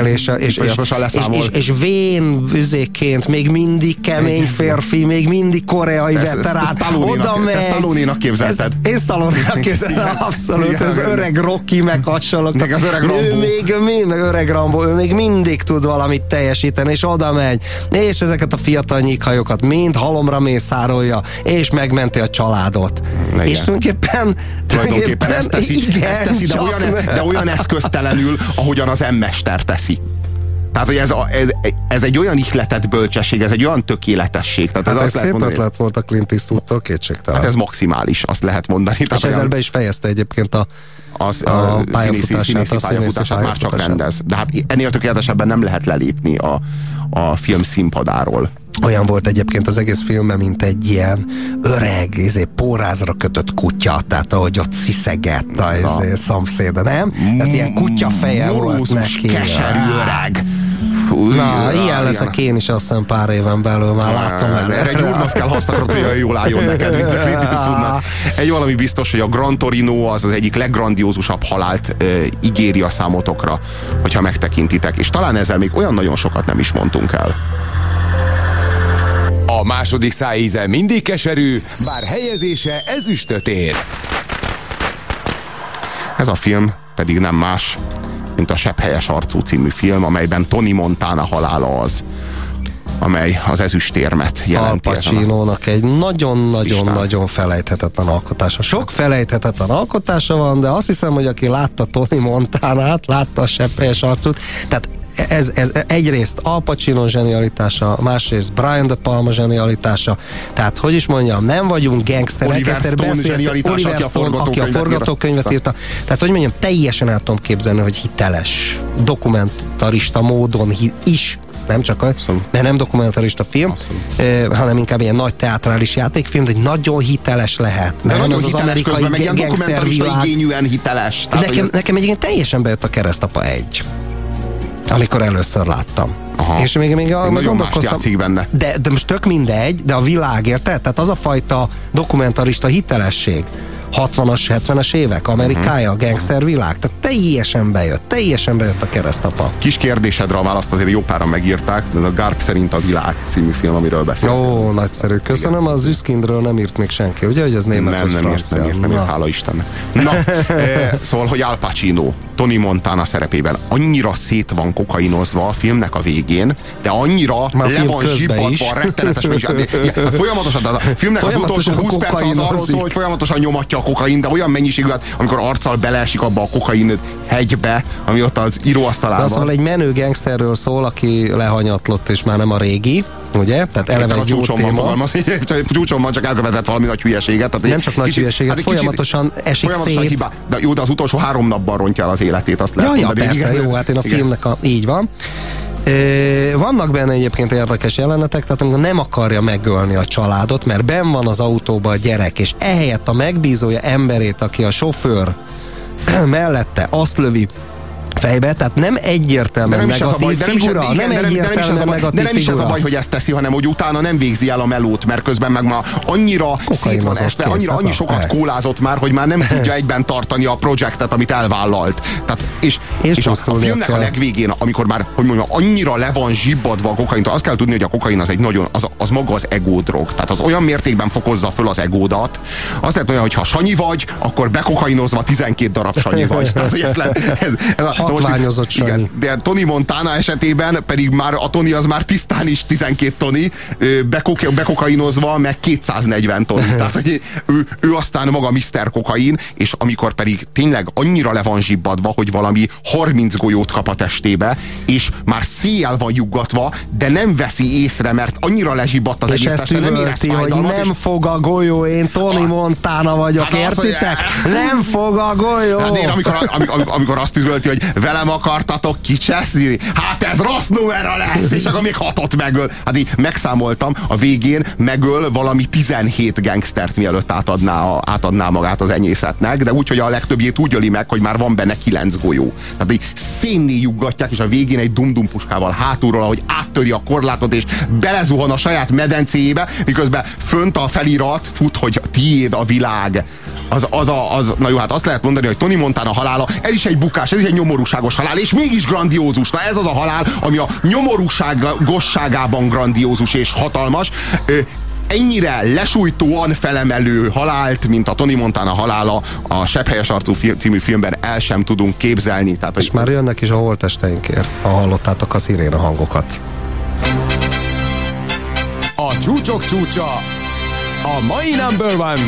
és vén üzéként még mindig kemény férfi, még mindig koreai veterán, oda megy. Stallone-nak képzelted? Én Stallone-nak képzeltem, abszolút. Ez öreg Rocky, meg hasonlók. Meg az öreg Rambo. Meg öreg Rambo, ő még mindig tud valamit teljesíteni, és oda megy, és ezeket a fiatal nyíkhajókat mind halomra mészárolja, és megmenti a családot. Igen. És tulajdonképpen ezt teszi, de olyan eszköztelenül, ahogyan az M-mester teszi. Tehát, hogy ez egy olyan ihletett bölcsesség, ez egy olyan tökéletesség. Tehát ez szép ötlet volt a Clint Eastwoodtól, kétségtelen. Hát ez maximális, azt lehet mondani. És ezzel be is fejezte egyébként a színészi pályafutását már csak rendez. De hát ennél tökéletesebben nem lehet lelépni a film színpadáról. Olyan volt egyébként az egész filmben, mint egy ilyen öreg, pórázra kötött kutya, tehát ahogy ott sziszegett a szomszéda, nem? Tehát ilyen kutyafeje volt neki. Keserű öreg. Na, ilyen leszek én is, azt hiszem pár éven belül már láttam el. Erre egy úrnak kell használni, hogy olyan jól álljon neked, mint a Clint Eastwoodnak. Egy valami biztos, hogy a Gran Torino az egyik leggrandiózusabb halált ígéri a számotokra, hogyha megtekintitek. És talán ezzel még olyan nagyon sokat nem is mondtunk el. A második szájíze mindig keserű, bár helyezése ezüstöt ér. Ez a film pedig nem más, mint a Sepphelyes arcú című film, amelyben Tony Montana halála az, amely az ezüstérmet jelenti. Al Pacino-nak egy nagyon-nagyon-nagyon felejthetetlen alkotása. Sok felejthetetlen alkotása van, de azt hiszem, hogy aki látta Tony Montanát, látta a Sepphelyes arcút, tehát ez egyrészt Al Pacino zsenialitása, másrészt Brian De Palma zsenialitása, tehát hogy is mondjam, nem vagyunk gangsterek, Oliver Stone, aki a forgatókönyvet írta. Tehát hogy mondjam, teljesen el tudom képzelni, hogy hiteles, dokumentarista módon is, nem csak mert nem dokumentarista film, hanem inkább ilyen nagy teátrális játékfilm, de nagyon hiteles lehet. De nem nagyon az amerikai közben, meg ilyen dokumentarista igényűen hiteles. Nekem egyébként teljesen bejött a Keresztapa 1. Amikor először láttam. Aha. És még nagyon mást játszik benne. De most tök mindegy, de a világ, érted? Tehát az a fajta dokumentarista hitelesség, 60-as, 70-es évek, Amerikája, gangster világ, tehát teljesen bejött a Keresztapa. Kis kérdésedre a választ azért jó páran megírták, de ez a Garp szerint a világ című film, amiről beszélünk. Ó, nagyszerű. Köszönöm, igen. Az Züskindről nem írt még senki, ugye, hogy ez német vagy francia? Nem írt, hála Istennek. Na, szóval, hogy Al Pacino Tony Montana szerepében annyira szét van kokainozva a filmnek a végén, de annyira le van zsibbatva, rettenetes, folyamatosan, a filmnek az utolsó 20 perc az arról szól, hogy folyamatosan nyomatja a kokain, de olyan mennyiségű, amikor arccal beleesik abba a kokain hegybe, ami ott az íróasztalában. Szóval egy menő gangsterről szól, aki lehanyatlott, és már nem a régi, ugye? Tehát eleve egy jó téma. Csúcson van, csak elkövetett valami nagy hülyeséget. Tehát nem csak nagy hülyeséget, folyamatosan esik szét. De jó, de az utolsó 3 napban rontja el az életét, azt lehet mondani. Persze, jó, hát én a filmnek így van. Vannak benne egyébként érdekes jelenetek, tehát amikor nem akarja megölni a családot, mert benn van az autóban a gyerek, és ehelyett a megbízója emberét, aki a sofőr mellette, azt lövi, fejbe, tehát nem egyértelműen negatív figura, nem egyértelműen negatív de nem is ez a baj, hogy ezt teszi, hanem hogy utána nem végzi el a melót, mert közben meg ma annyira szét van esve, annyi sokat kólázott már, hogy már nem tudja egyben tartani a projektet, amit elvállalt. Tehát, és a filmnek a legvégén, amikor már, hogy mondjam, annyira le van zsibbadva a kokaintól, azt kell tudni, hogy a kokain az egy nagyon, az maga az egódrog. Tehát az olyan mértékben fokozza föl az egódat. Azt lehet mondani, hogy ha sanyi vagy, akkor bekokainozva 12 darab sanyi vagy. Tehát, hatványozott sanyi. Igen, de Tony Montana esetében pedig már a Tony az már tisztán is 12 toni, bekokainozva meg 240 toni. Tehát, hogy ő aztán maga Mr. Kokain, és amikor pedig tényleg annyira le van zsibbadva, hogy valami 30 golyót kap a testébe, és már széjjel van juggatva, de nem veszi észre, mert annyira lezsibbadt az egész teste, nem érez fájdalmat. Nem fog a golyó, én Tony Montana vagyok, hát értitek? Nem fog a golyó! Hát én amikor azt üvölti, hogy velem akartatok kicseszni, hát ez rossz numera lesz, és akkor még 6-ot megöl. Hát így megszámoltam, a végén megöl valami 17 gangstert, mielőtt átadná magát az enyészetnek, de úgy, hogy a legtöbbjét úgy öli meg, hogy már van benne 9 golyó. Tehát így szénné juggatják, és a végén egy dum-dum puskával hátulról, ahogy áttöri a korlátot, és belezuhan a saját medencéjébe, miközben fönt a felirat fut, hogy tiéd a világ. Na jó, hát azt lehet mondani, hogy Tony Montana halála, ez is egy bukás, ez is egy nyomorúságos halál, és mégis grandiózus. Na ez az a halál, ami a nyomorúságosságában grandiózus és hatalmas. Ennyire lesújtóan felemelő halált, mint a Tony Montana halála a Sepphelyes arcú című filmben el sem tudunk képzelni. Tehát, és már jönnek is a holttesteinkért, ha hallottátok a sziréna hangokat. A csúcsok csúcsa, a mai number one.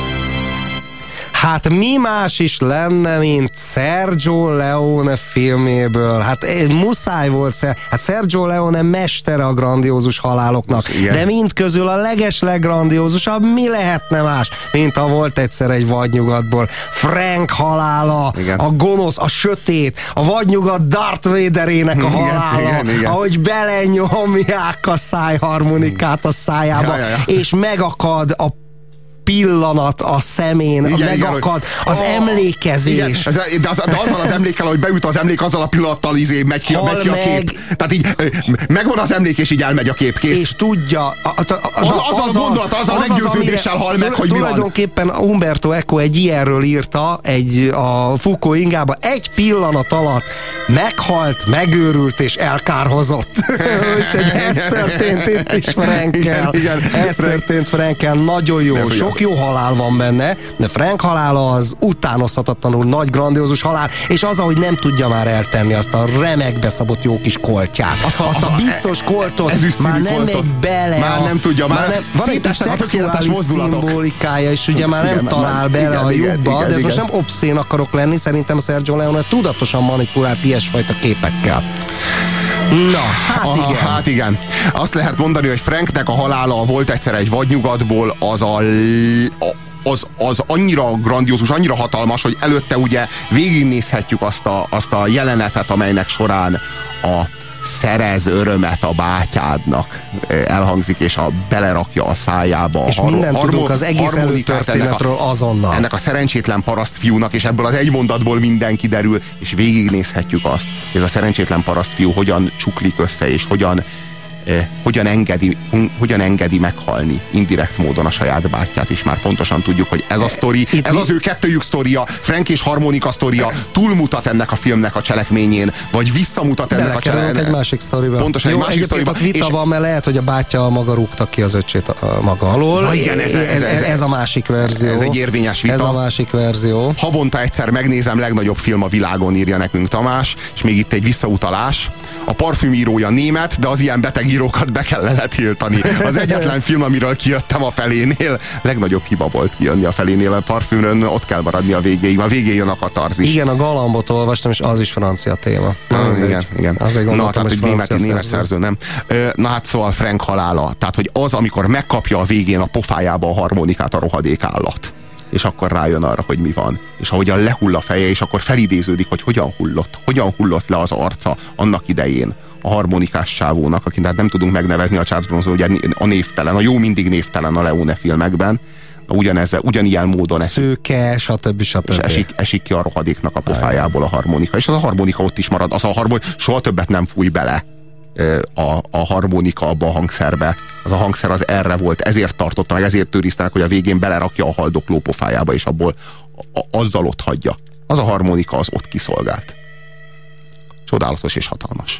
Hát mi más is lenne, mint Sergio Leone filméből. Hát muszáj volt. Hát Sergio Leone mestere a grandiózus haláloknak. Igen. De mindközül a legesleggrandiózusabb mi lehetne más, mint ha volt egyszer egy vadnyugatból. Frank halála, igen. A gonosz, a sötét, a vadnyugat Darth Vaderének a halála, igen. Ahogy belenyomják a szájharmonikát a szájába, és megakad a pillanat a szemén, igen, megakad az emlékezés. Igen, de azzal az emlékkel, hogy beüt az emlék, azzal a pillanattal megy ki a kép. Tehát így megvan az emlék, és így elmegy a kép, kész. És tudja, az a gondolat, az a meggyőződéssel hal meg, hogy mi van. Tulajdonképpen Umberto Eco egy ilyenről írta a Foucault ingába, egy pillanat alatt meghalt, megőrült és elkárhozott. Úgyhogy ez történt itt is Frankkel. Ez történt Frankkel, nagyon jó. Sok jó halál van benne, de Frank halála az utánozhatatlanul nagy, grandiózus halál, és az, ahogy nem tudja már eltenni azt a remekbe szabott jó kis koltját. Azt a biztos koltot már nem megy bele. Már nem tudja, van egy szexuális szimbolikája, és ugye már nem talál bele a lyukba, de ez most nem obszén akarok lenni, szerintem Sergio Leone tudatosan manipulált ilyesfajta képekkel. Na, hát igen. Azt lehet mondani, hogy Franknek a halála volt egyszer egy vadnyugatból, az annyira grandiózus, annyira hatalmas, hogy előtte ugye végignézhetjük azt a jelenetet, amelynek során a szerez örömet a bátyádnak elhangzik, és belerakja a szájába. És mindent tudunk az egész előtörténetről azonnal. Ennek a szerencsétlen parasztfiúnak, és ebből az egy mondatból minden kiderül, és végignézhetjük azt, hogy ez a szerencsétlen parasztfiú hogyan csuklik össze, és hogyan engedi meghalni indirekt módon a saját bátyját, és már pontosan tudjuk, hogy ez a sztori, ez az ő kettőjük sztoria, Frank és Harmonika sztoria túlmutat ennek a filmnek a cselekményén, vagy visszamutat ennek a cselekményén. Egy másik sztoriba. Pontosan jó, egy másik sztoriba. Vita van, mert lehet, hogy a bátyja maga rúgta ki az öccsét maga alól. Na igen, ez a másik verzió. Ez egy érvényes vita. Ez a másik verzió. Havonta egyszer megnézem, legnagyobb film a világon, írja nekünk Tamás, és még itt egy visszautalás. A parfümírója német, de az ilyen beteg írókat be kellene tiltani. Az egyetlen film, amiről kijöttem a felénél, legnagyobb hiba volt kijönni a felénél, a parfümről ott kell maradni a végéig. A végén jön a katarzis. Igen, a Galambot olvastam, és az is francia téma. Igen. Na, tehát, hogy német szerző, nem? Na hát szóval Frank halála. Tehát, hogy az, amikor megkapja a végén a pofájába a harmonikát a rohadék állat. És akkor rájön arra, hogy mi van. És ahogyan lehull a feje, és akkor felidéződik, hogy hogyan hullott le az arca annak idején a harmonikás csávónak, akit hát nem tudunk megnevezni, a Charles Bronson, ugye a névtelen, a jó mindig névtelen a Leone filmekben, ugyanilyen módon szőke, stb. És esik ki a rohadéknak a pofájából a harmonika. És az a harmonika ott is marad. Soha többet nem fúj bele a harmonika abba a hangszerbe. Az a hangszer az erre volt, ezért tartotta meg, ezért őrizte meg, hogy a végén belerakja a haldokló pofájába, és abból azzal ott hagyja. Az a harmonika az ott kiszolgált. Csodálatos és hatalmas.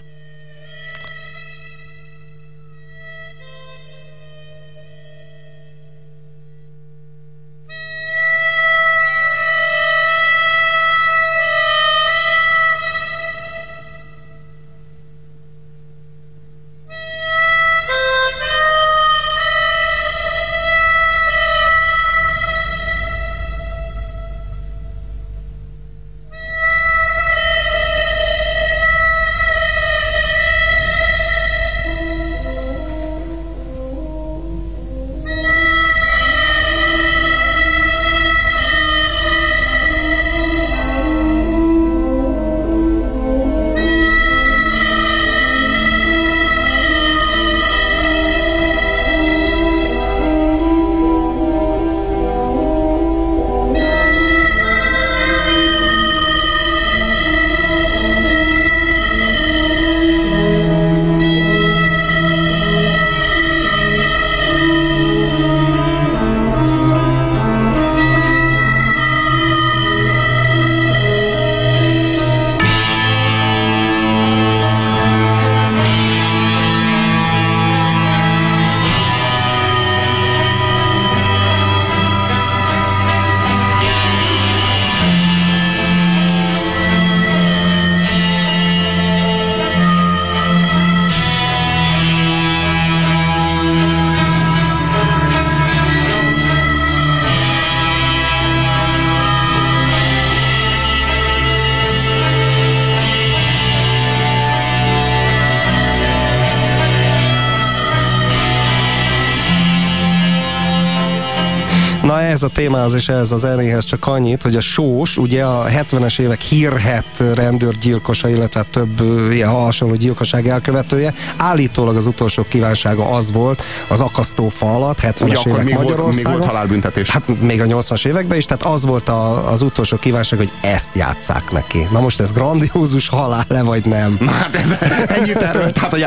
Na ez a témához és ez a zenéhez csak annyit, hogy a Sós, ugye a 70-es évek hírhedt rendőrgyilkosa, illetve több ilyen hasonló gyilkosság elkövetője, állítólag az utolsó kívánsága az volt, az akasztófa alatt, 70-es évek Magyarországon. Még volt halálbüntetés. Hát még a 80-as években is, tehát az volt az utolsó kívánság, hogy ezt játsszák neki. Na most ez grandiózus halál-e, vagy nem? Na hát ennyit erről, tehát hogy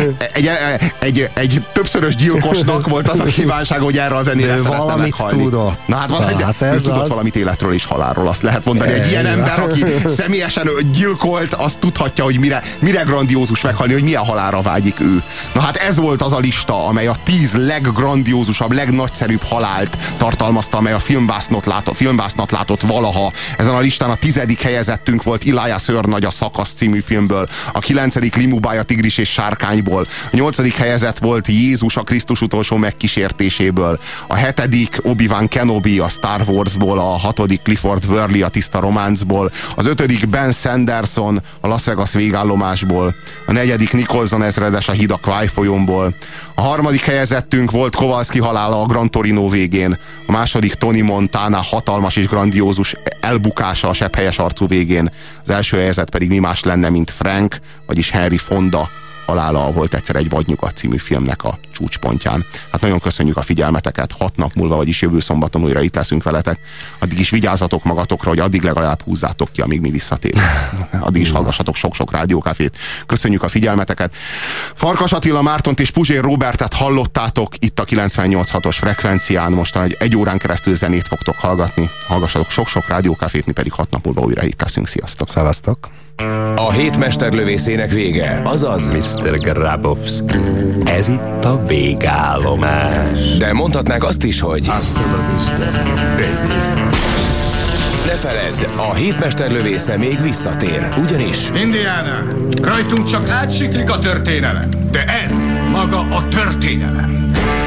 egy többszörös gyilkosnak volt az a kívánság, hogy erre a zenére szeretne meghalni. Tudott. Na hát, ez tudott az... valamit életről és halálról, azt lehet mondani. Egy ilyen ember, aki személyesen gyilkolt, azt tudhatja, hogy mire grandiózus meghalni, hogy milyen halálra vágyik ő. Na hát ez volt az a lista, amely a 10 leggrandiózusabb, legnagyszerűbb halált tartalmazta, amely a filmvásznat látott valaha. Ezen a listán a 10. helyezettünk volt Elias őrnagy a Szakasz című filmből, a 9. Limubáj a Tigris és sárkányból, a 8. helyezett volt Jézus a Krisztus utolsó megkísértéséből, a 7. Obi-Wan Kenobi a Star Warsból, a 6. Clifford Worley a Tiszta románcból, az 5. Ben Sanderson a Las Vegas végállomásból, a 4. Nicholson ezredes a Híd a Kwai folyómból, a 3. helyezettünk volt Kowalski halála a Gran Torino végén, a 2. Tony Montana hatalmas és grandiózus elbukása a sebhelyes arcú végén, az első helyezett pedig mi más lenne, mint Frank, vagyis Henry Fonda halála volt egyszer egy Vadnyugat című filmnek a csúcspontján. Hát nagyon köszönjük a figyelmeteket, 6 nap múlva, vagyis jövő szombaton újra itt leszünk veletek. Addig is vigyázzatok magatokra, hogy addig legalább húzzátok ki, amíg mi visszatérünk. Addig is hallgassatok sok-sok rádiókafét. Köszönjük a figyelmeteket. Farkas Attila Mártont és Puzsér Róbertet hallottátok itt a 98.6-os frekvencián. Mostan egy órán keresztül zenét fogtok hallgatni. Hallgassatok sok-sok rádiókafét, mi pedig 6 nap múlva újra itt leszünk. Sziasztok! Szevasztok! A hét mesterlövészének vége, azaz Mr. Grabowski, ez itt a végállomás. De mondhatnák azt is, hogy Hasta la vista, baby. ne feledd, a hét mesterlövésze még visszatér, ugyanis Indiana, rajtunk csak átsiklik a történelem, de ez maga a történelem.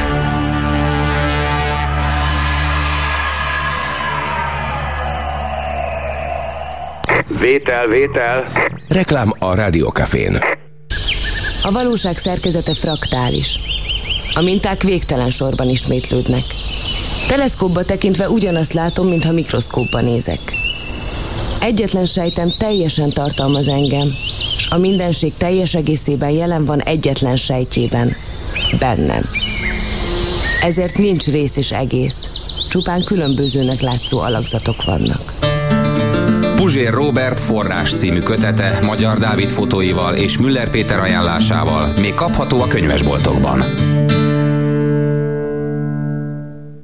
Vétel. reklám a Rádiókafén. A valóság szerkezete fraktális. A minták végtelen sorban ismétlődnek. Teleszkópba tekintve ugyanazt látom, mintha mikroszkópba nézek. Egyetlen sejtem teljesen tartalmaz engem, és a mindenség teljes egészében jelen van egyetlen sejtjében, bennem. Ezért nincs rész és egész, csupán különbözőnek látszó alakzatok vannak. Puzsér Róbert forrás című kötete Magyar Dávid fotóival és Müller Péter ajánlásával még kapható a könyvesboltokban.